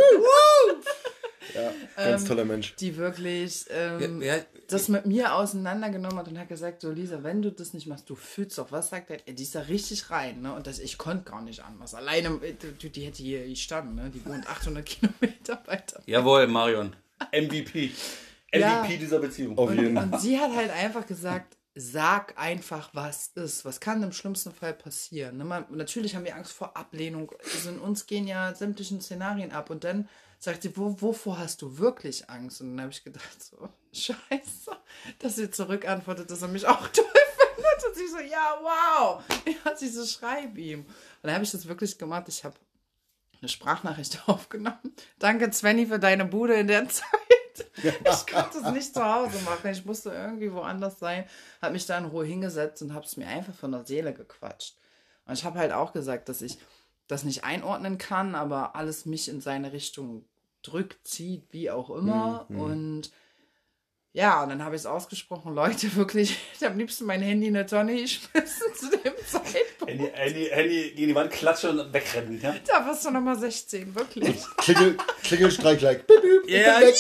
Ja, ganz Ähm, toller Mensch. Die wirklich ähm, Wer- wer- das mit mir auseinandergenommen hat und hat gesagt, so Lisa, wenn du das nicht machst, du fühlst doch, was sagt der? Die ist da richtig rein, ne? Und das, ich konnte gar nicht anders. Alleine, die, die hätte hier gestanden, ne? Die wohnt achthundert Kilometer weiter. Jawohl, Marion. M V P. Ja. M V P dieser Beziehung. Auf jeden Und, und sie hat halt einfach gesagt, sag einfach, was ist. Was kann im schlimmsten Fall passieren? Ne? Man, natürlich haben wir Angst vor Ablehnung. Also in uns gehen ja sämtlichen Szenarien ab. Und dann sagt sie, wo, wovor hast du wirklich Angst? Und dann habe ich gedacht, so, scheiße, dass sie zurückantwortet, dass er mich auch toll findet. Und sie so, ja, wow. Ja, sie so, schreib ihm. Und dann habe ich das wirklich gemacht. Ich habe eine Sprachnachricht aufgenommen. Danke, Svenny, für deine Bude in der Zeit. Ich konnte es nicht zu Hause machen. Ich musste irgendwie woanders sein. Habe mich da in Ruhe hingesetzt und habe es mir einfach von der Seele gequatscht. Und ich habe halt auch gesagt, dass ich das nicht einordnen kann, aber alles mich in seine Richtung drückt, zieht, wie auch immer. Mhm. Und ja, und dann habe ich es ausgesprochen. Leute, wirklich, ich habe am liebsten mein Handy in der Tonne geschmissen zu dem Zeitpunkt. Handy, Handy, Handy gegen die Wand klatschen und wegrennen. Ja, Da warst du nochmal sechzehn, wirklich. Klingel, Klingelstreich like. Bip, bip, ja. weg.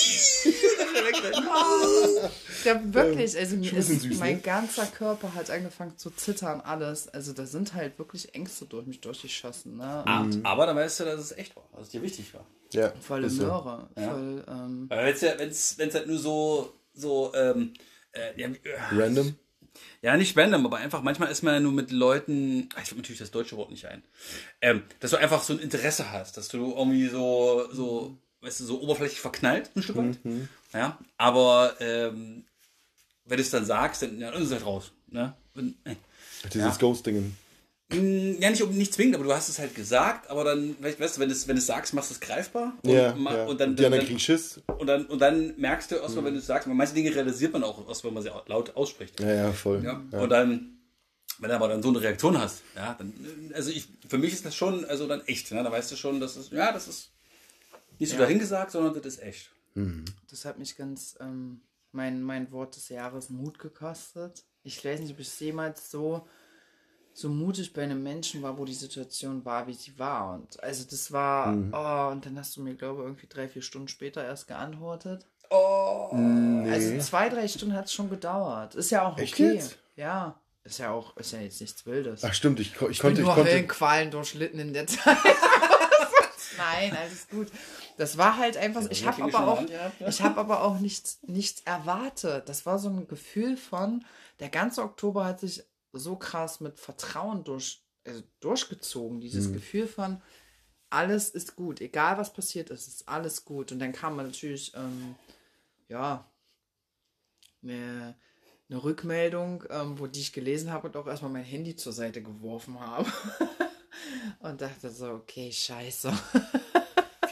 Ja, wirklich, also mir schon ein bisschen ist, süß, mein ne? ganzer Körper hat angefangen zu zittern, alles. Also da sind halt wirklich Ängste durch mich durchgeschossen, ne? Ah, aber dann weißt du, dass es echt war, dass es dir wichtig war. Ja, Volle ist so. Möhre. Voll, ähm, Weil wenn es ja, wenn's, wenn's halt nur so, so, ähm, äh, ja, äh, Random. ja, nicht random, aber einfach, manchmal ist man ja nur mit Leuten, ah, ich fällt natürlich das deutsche Wort nicht ein, ähm, dass du einfach so ein Interesse hast, dass du irgendwie so, so, weißt du, so oberflächlich verknallt, ein Stück weit. Ja, aber, ähm, wenn du es dann sagst, dann, ja, dann ist es halt raus, ne? Und, äh. Dieses Ghosting. Mm, Ja, nicht, um- nicht zwingend, aber du hast es halt gesagt, aber dann, weißt weißt du, wenn du es wenn du es sagst, machst du es greifbar. Und, Ja, ma- ja. und dann, die anderen dann, kriegen Schiss. und dann, und dann merkst du erstmal, wenn du es sagst, weil manche Dinge realisiert man auch erst, wenn man sie au- laut ausspricht. Ja, ja, voll. Ja? Und dann, wenn du aber dann so eine Reaktion hast, ja, dann, also ich, für mich ist das schon, also dann echt, ne? Da weißt du schon, dass es, ja, das ist nicht so Ja. dahingesagt, sondern das ist echt. das hat mich ganz, ähm, mein, mein Wort des Jahres Mut gekostet. Ich weiß nicht, ob ich jemals so, so mutig bei einem Menschen war, wo die Situation war, wie sie war. Und also das war, oh, und dann hast du mir, glaube ich, irgendwie drei, vier Stunden später erst geantwortet. Oh. Also zwei, drei Stunden hat es schon gedauert. Ist ja auch Echt okay. jetzt? Ja. Ist ja auch, ist ja jetzt nichts Wildes. Ach stimmt, ich, ko- ich Ich bin konnte, ich nur konnte. Höllenqualen durchlitten in der Zeit. Nein, alles gut. Das war halt einfach so. Ich Ja, habe klingt aber schon auch, an, ja, ja. ich habe aber auch nichts, nichts erwartet. Das war so ein Gefühl von, der ganze Oktober hat sich so krass mit Vertrauen durch, also durchgezogen. Dieses Gefühl von, alles ist gut. Egal was passiert ist, ist alles gut. Und dann kam man natürlich, ähm, ja, eine, eine Rückmeldung, ähm, wo die ich gelesen habe und auch erstmal mein Handy zur Seite geworfen habe. Und dachte so, okay, scheiße.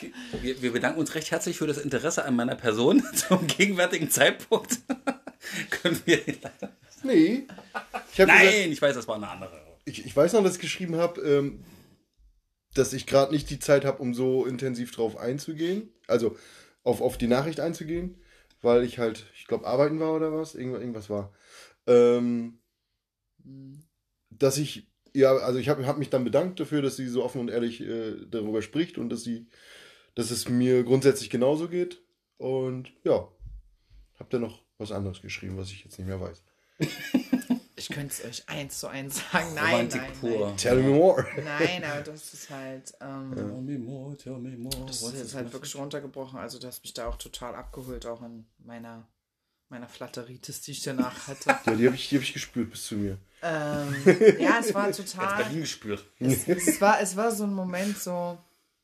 Wir, wir bedanken uns recht herzlich für das Interesse an meiner Person. Zum gegenwärtigen Zeitpunkt können wir leider... Nee. Ich hab Nein, gesagt, ich weiß, das war eine andere. ich, ich weiß noch, dass ich geschrieben habe, ähm, dass ich gerade nicht die Zeit habe, um so intensiv drauf einzugehen. Also auf, auf die Nachricht einzugehen, weil ich halt, ich glaube, arbeiten war oder was. Irgendwas, irgendwas war. Ähm, dass ich, ja, also ich habe hab mich dann bedankt dafür, dass sie so offen und ehrlich äh, darüber spricht und dass sie, dass es mir grundsätzlich genauso geht. Und ja, habe dann noch was anderes geschrieben, was ich jetzt nicht mehr weiß. Ich könnte es euch eins zu eins sagen. Nein, Romantik nein, pur. nein. Tell me more. Nein, aber das ist halt, ähm, Tell me more, tell me more. das What's ist jetzt this halt message? wirklich runtergebrochen. Also du hast mich da auch total abgeholt, auch in meiner, meiner Flatteritis, die ich danach hatte. Ja, die habe ich, die hab ich gespürt bis zu mir. ähm, ja, es war Ganz total, Berlin gespürt. es, es, war, es war so ein Moment so,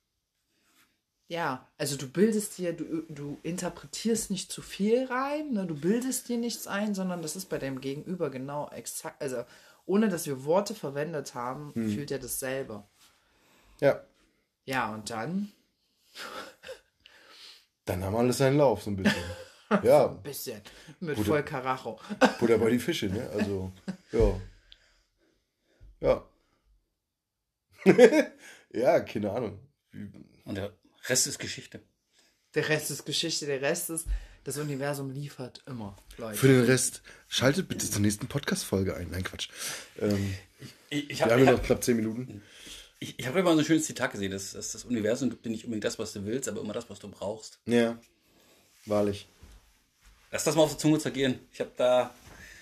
ja, also du bildest dir, du, du interpretierst nicht zu viel rein, ne? Du bildest dir nichts ein, sondern das ist bei deinem Gegenüber genau exakt, also ohne dass wir Worte verwendet haben, Hm. fühlt er dasselbe. Ja, Ja, und dann dann haben alles seinen Lauf, so ein bisschen. Ja, ein bisschen mit Gute- voll Karacho. Butter bei die Fische, ne? Also, ja. Ja. Ja, keine Ahnung. Und der Rest ist Geschichte. Der Rest ist Geschichte, der Rest ist, das Universum liefert immer, Leute. Für den Rest, schaltet bitte zur nächsten Podcast-Folge ein. Nein, Quatsch. Ähm, Ich, ich wir habe haben ja hab, noch knapp zehn Minuten. ich, ich hab immer so ein schönes Zitat gesehen, dass, dass das Universum gibt dir nicht unbedingt das, was du willst, aber immer das, was du brauchst. Ja, wahrlich. Lass das mal auf der Zunge zergehen. Ich habe da...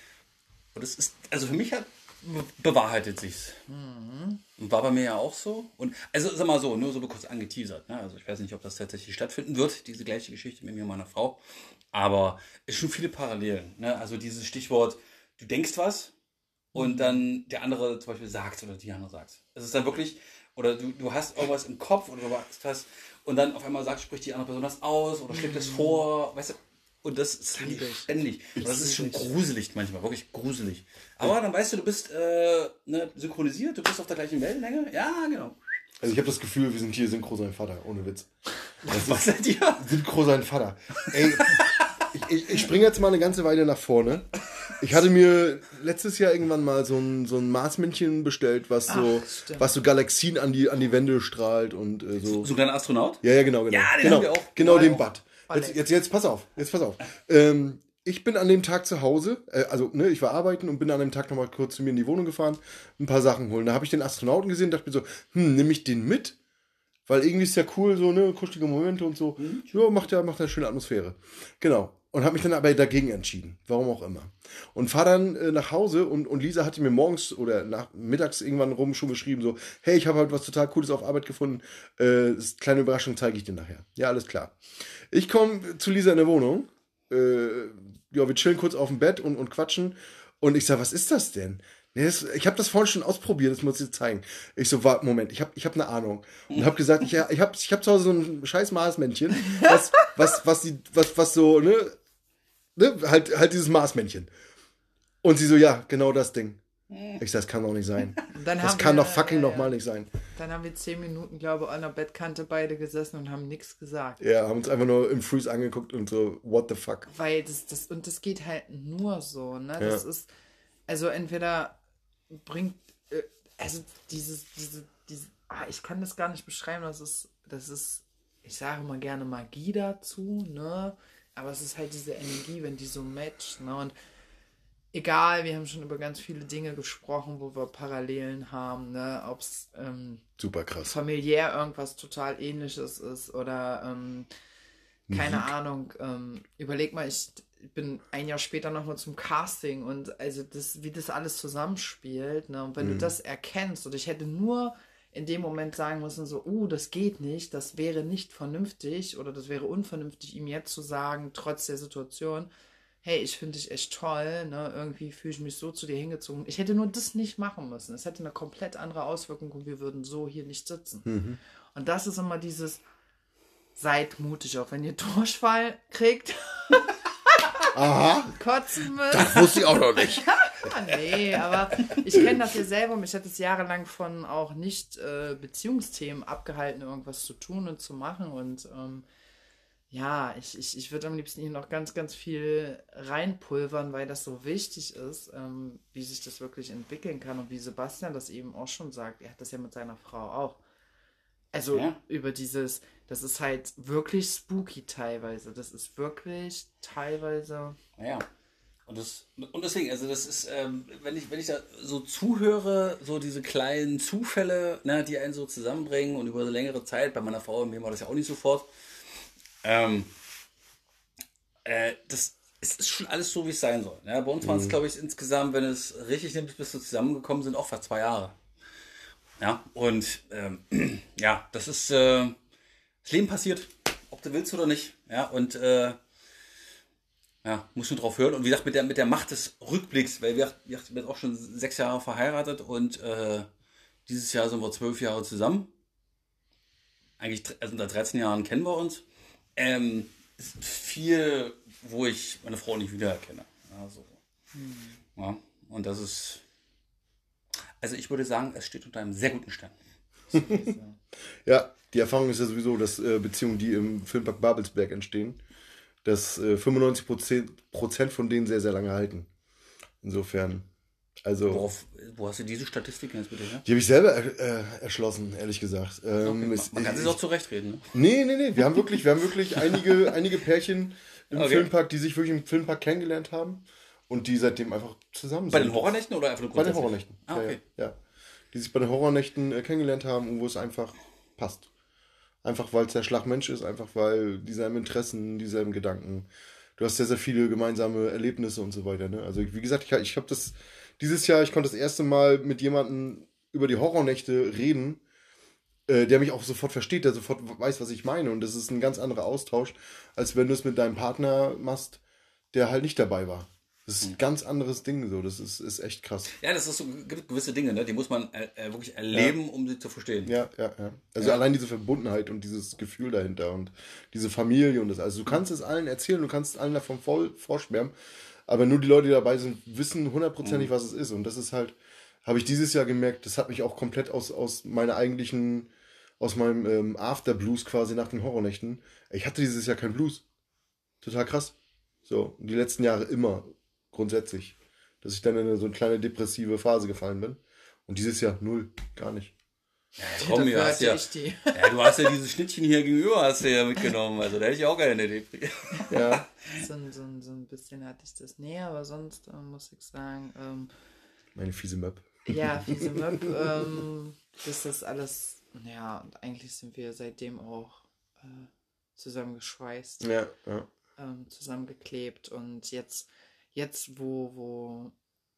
Und es ist... Also für mich hat... bewahrheitet sich's. Und war bei mir ja auch so. Und also sag mal so, nur so kurz angeteasert. Ne? Also ich weiß nicht, ob das tatsächlich stattfinden wird, diese gleiche Geschichte mit mir und meiner Frau. Aber es sind schon viele Parallelen. Ne? Also dieses Stichwort, du denkst was und dann der andere zum Beispiel sagt oder die andere sagt. Es ist dann wirklich, oder du, du hast irgendwas im Kopf oder du hast was und dann auf einmal sagt, spricht die andere Person das aus oder schlägt es vor, weißt du. Und das ist halt ständig. Und das ist schon gruselig manchmal, wirklich gruselig. Aber dann weißt du, du bist äh, ne, synchronisiert, du bist auf der gleichen Wellenlänge. Ja, genau. Also ich habe das Gefühl, wir sind hier Synchro sein Vater, ohne Witz. Das Was ist seid ihr? Synchro sein Vater. Ey, ich, ich, ich springe jetzt mal eine ganze Weile nach vorne. Ich hatte mir letztes Jahr irgendwann mal so ein, so ein Marsmännchen bestellt, was so, Ach, stimmt. was so Galaxien an die, an die Wände strahlt und äh, so. So ein kleiner Astronaut? Ja, ja, genau, genau. Ja, den genau, haben wir auch. Genau Ja, den auch. Bud. Jetzt, jetzt, jetzt pass auf, jetzt pass auf. Ähm, ich bin an dem Tag zu Hause, äh, also ne, ich war arbeiten und bin an dem Tag nochmal kurz zu mir in die Wohnung gefahren, ein paar Sachen holen. Da habe ich den Astronauten gesehen, dachte mir so, hm, nehme ich den mit? Weil irgendwie ist ja cool, so, ne, kuschelige Momente und so. Mhm. Ja, macht ja, macht eine schöne Atmosphäre. Genau. Und habe mich dann aber dagegen entschieden. Warum auch immer. Und fahre dann äh, nach Hause und, und Lisa hatte mir morgens oder nach, mittags irgendwann rum schon geschrieben, so, hey, ich habe halt was total Cooles auf Arbeit gefunden. Äh, das ist eine kleine Überraschung, zeige ich dir nachher. Ja, alles klar. Ich komme zu Lisa in der Wohnung. Äh, ja, wir chillen kurz auf dem Bett und, und quatschen. Und ich sage, was ist das denn? Nee, das, ich habe das vorhin schon ausprobiert, das muss ich dir zeigen. Ich so, warte, Moment, ich habe ich hab eine Ahnung. Und habe gesagt, ich, ich habe ich hab zu Hause so ein scheiß Marsmännchen, was, was, was, die, was, was so, ne, ne, halt, halt dieses Marsmännchen. Und sie so, ja, genau das Ding. Ich sag, das kann doch nicht sein. Dann Das haben kann wir- doch fucking ja, ja. nochmal nicht sein. Dann haben wir zehn Minuten, glaube ich, an der Bettkante beide gesessen und haben nichts gesagt. Ja, haben uns einfach nur im Freeze angeguckt und so, what the fuck. Weil das, das, und das geht halt nur so, ne? Das Ja. ist, also entweder bringt, äh, also dieses, diese, diese, ah, ich kann das gar nicht beschreiben, das ist, das ist, ich sage mal gerne Magie dazu, ne? Aber es ist halt diese Energie, wenn die so matcht, ne? Und egal, wir haben schon über ganz viele Dinge gesprochen, wo wir Parallelen haben, ne? Ob es ähm, Super krass. familiär irgendwas total Ähnliches ist oder ähm, keine Ahnung. Ähm, überleg mal, ich bin ein Jahr später nochmal zum Casting und also das, wie das alles zusammenspielt, ne? Und wenn du das erkennst und ich hätte nur in dem Moment sagen müssen, so, uh, das geht nicht, das wäre nicht vernünftig oder das wäre unvernünftig, ihm jetzt zu sagen, trotz der Situation, hey, ich finde dich echt toll, ne? Irgendwie fühle ich mich so zu dir hingezogen. Ich hätte nur das nicht machen müssen. Es hätte eine komplett andere Auswirkung und wir würden so hier nicht sitzen. Und das ist immer dieses, seid mutig, auch wenn ihr Durchfall kriegt. Aha, kotzen müssen. das wusste ich auch noch nicht. Nee, aber ich kenne das ja selber. Mich hat es jahrelang von auch nicht äh, Beziehungsthemen abgehalten, irgendwas zu tun und zu machen. Und ähm, ja, ich, ich, ich würde am liebsten hier noch ganz, ganz viel reinpulvern, weil das so wichtig ist, ähm, wie sich das wirklich entwickeln kann. Und wie Sebastian das eben auch schon sagt, er hat das ja mit seiner Frau auch. Also Ja. über dieses, das ist halt wirklich spooky teilweise. Das ist wirklich teilweise... Ja. Und, das, und deswegen, also das ist, ähm, wenn ich, wenn ich da so zuhöre, so diese kleinen Zufälle, ne, die einen so zusammenbringen und über eine längere Zeit, bei meiner Frau und mir war das ja auch nicht sofort, ähm, äh, das es ist schon alles so, wie es sein soll. Ja, bei uns waren es, glaube ich, insgesamt, wenn es richtig nimmt, bis wir zusammengekommen sind, auch fast zwei Jahre. Ja, und ähm, ja, das ist, äh, das Leben passiert, ob du willst oder nicht. Ja, und äh, ja, musst du drauf hören. Und wie gesagt, mit der, mit der Macht des Rückblicks, weil wir, wir sind auch schon sechs Jahre verheiratet und äh, dieses Jahr sind wir zwölf Jahre zusammen. Eigentlich, also seit dreizehn Jahren kennen wir uns. Ähm, ist viel, wo ich meine Frau nicht wiedererkenne. Ja, so. hm. Ja, und das ist, also ich würde sagen, es steht unter einem sehr guten Stern. Ja, die Erfahrung ist ja sowieso, dass äh, Beziehungen, die im Filmpark Babelsberg entstehen, dass äh, fünfundneunzig Prozent von denen sehr, sehr lange halten. Insofern, also... Worauf, wo hast du diese Statistiken jetzt bitte her? Die habe ich selber äh, erschlossen, ehrlich gesagt. Ähm, Okay, es, man kann ich, sich auch zurechtreden, ne? Nee, nee, nee, wir haben wirklich, wir haben wirklich einige, einige Pärchen im Okay. Filmpark, die sich wirklich im Filmpark kennengelernt haben und die seitdem einfach zusammen Bei sind. den Horrornächten oder einfach nur Bei den grundsätzlich? Horrornächten. Ah, ja, okay. ja, ja. Die sich bei den Horrornächten äh, kennengelernt haben und wo es einfach passt. Einfach weil es der Schlagmensch ist, einfach weil dieselben Interessen, dieselben Gedanken. Du hast sehr, sehr viele gemeinsame Erlebnisse und so weiter. Ne? Also wie gesagt, ich, ich habe das dieses Jahr, ich konnte das erste Mal mit jemandem über die Horrornächte reden, äh, der mich auch sofort versteht, der sofort weiß, was ich meine. Und das ist ein ganz anderer Austausch, als wenn du es mit deinem Partner machst, der halt nicht dabei war. Das ist ein ganz anderes Ding so. Das ist, ist echt krass. Ja, das ist so, gibt gewisse Dinge, ne? Die muss man äh, äh, wirklich erleben, ja. um sie zu verstehen. Ja, ja, ja. Also Ja. allein diese Verbundenheit und dieses Gefühl dahinter und diese Familie und das. Also du kannst es allen erzählen, du kannst allen davon voll vorschwärmen, aber nur die Leute, die dabei sind, wissen hundertprozentig, mhm. was es ist. Und das ist halt, habe ich dieses Jahr gemerkt, das hat mich auch komplett aus, aus meiner eigentlichen, aus meinem ähm, Afterblues quasi nach den Horrornächten. Ich hatte dieses Jahr keinen Blues. Total krass. So, die letzten Jahre immer. Grundsätzlich. Dass ich dann in so eine kleine depressive Phase gefallen bin. Und dieses Jahr null. Gar nicht. Ja, komm, Dafür hast hatte ja, ich die. ja, du hast ja dieses Schnittchen hier gegenüber hast du ja mitgenommen. Also da hätte ich auch gerne Depri. Ja. So, ein- so, ein- so ein bisschen hatte ich das näher, aber sonst äh, muss ich sagen, ähm, Meine fiese Map. ja, fiese Möb, ähm, ist das alles, ja, und eigentlich sind wir seitdem auch äh, zusammengeschweißt, Ja, ja. ähm, zusammengeklebt und jetzt, jetzt wo, wo,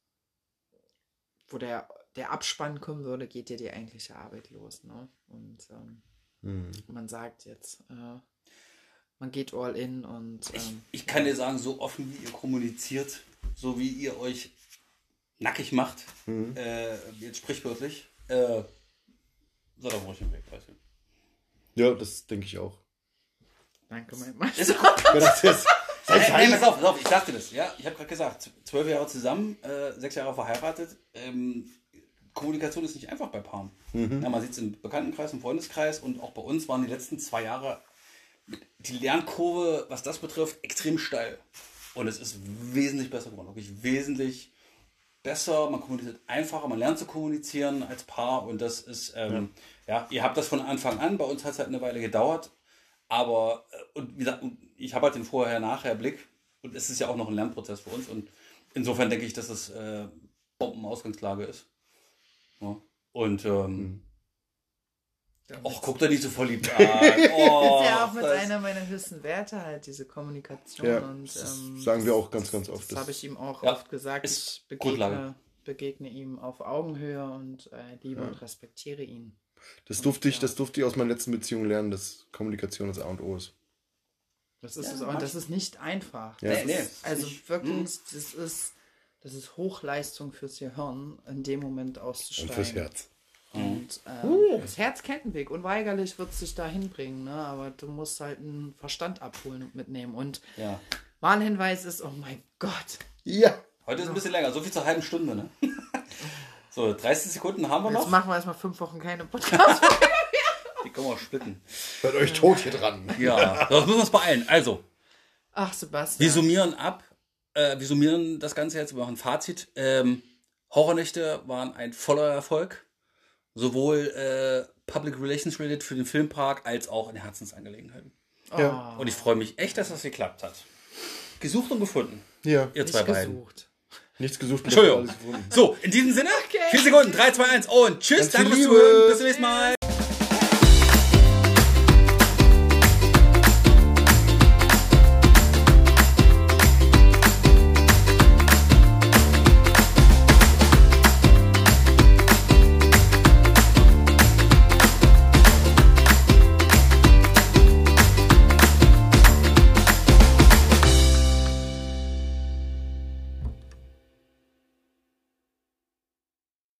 wo der, der Abspann kommen würde, geht ja die eigentliche Arbeit los, ne? Und ähm, Hm. man sagt jetzt, äh, man geht all in und Ich, ähm, ich kann dir sagen, so offen wie ihr kommuniziert, so wie ihr euch nackig macht, Mhm. äh, jetzt sprichwörtlich, äh, seid auf ruhig im Weg, weißt du. Ja, das denke ich auch. danke mein Mann. Ist auch Ja, das ist, Hey, hey, pass auf, pass auf, ich sagte das, ja. Ich habe gerade gesagt, zwölf Jahre zusammen, äh, sechs Jahre verheiratet. Ähm, Kommunikation ist nicht einfach bei Paaren. Ja, man sieht es im Bekanntenkreis, im Freundeskreis und auch bei uns waren die letzten zwei Jahre die Lernkurve, was das betrifft, extrem steil. Und es ist wesentlich besser geworden, wirklich wesentlich besser. Man kommuniziert einfacher, man lernt zu kommunizieren als Paar und das ist, ähm, ja. ja, ihr habt das von Anfang an, bei uns hat es halt eine Weile gedauert. Aber, äh, und wie gesagt, ich habe halt den Vorher-Nachher-Blick und es ist ja auch noch ein Lernprozess für uns und insofern denke ich, dass es äh, Bombenausgangslage ist. Ja. Und, ähm, och, guck da nicht so verliebt an. Oh, Das ist ja auch mit das- einer meiner höchsten Werte halt, diese Kommunikation. Ja, und, das ähm, sagen wir auch ganz, ganz das, oft. Das habe ich ihm auch Ja, oft gesagt. ist Ich Grundlage. begegne, begegne ihm auf Augenhöhe und äh, liebe Ja. und respektiere ihn. Das durfte ich, Ja. das durfte ich aus meiner letzten Beziehung lernen, dass Kommunikation das A und O ist. Das ist Ja, es auch. manch- Und das ist nicht einfach. Ja. Das Nee, nee, ist, also nicht- wirklich, hm. das ist, das ist Hochleistung fürs Gehirn, in dem Moment auszusteigen. Und fürs Herz. Und ähm, das Herz kennt einen Weg. Unweigerlich wird es sich da hinbringen, ne? Aber du musst halt einen Verstand abholen und mitnehmen. Und Ja. Warnhinweis ist, oh mein Gott. Ja. Heute ist ein bisschen länger, so viel zur halben Stunde, ne? So, dreißig Sekunden haben wir Jetzt noch. machen wir erstmal fünf Wochen keine Podcasts. Die können wir splitten. Hört euch tot hier dran. Ja, das müssen wir uns beeilen. Also, Ach, Sebastian. wir summieren ab. Äh, wir summieren das Ganze jetzt. Wir machen ein Fazit. Ähm, Horrornächte waren ein voller Erfolg. Sowohl äh, Public Relations related für den Filmpark als auch in Herzensangelegenheiten. Ja. Und ich freue mich echt, dass das geklappt hat. Gesucht und gefunden. Ja. Ihr zwei Nicht beiden. gesucht. Nichts gesucht. Entschuldigung. alles gefunden. So, in diesem Sinne, Okay. vier Sekunden, drei, zwei, eins und tschüss. Ganz Danke viel fürs Liebe. Zuhören. Bis zum nächsten Mal.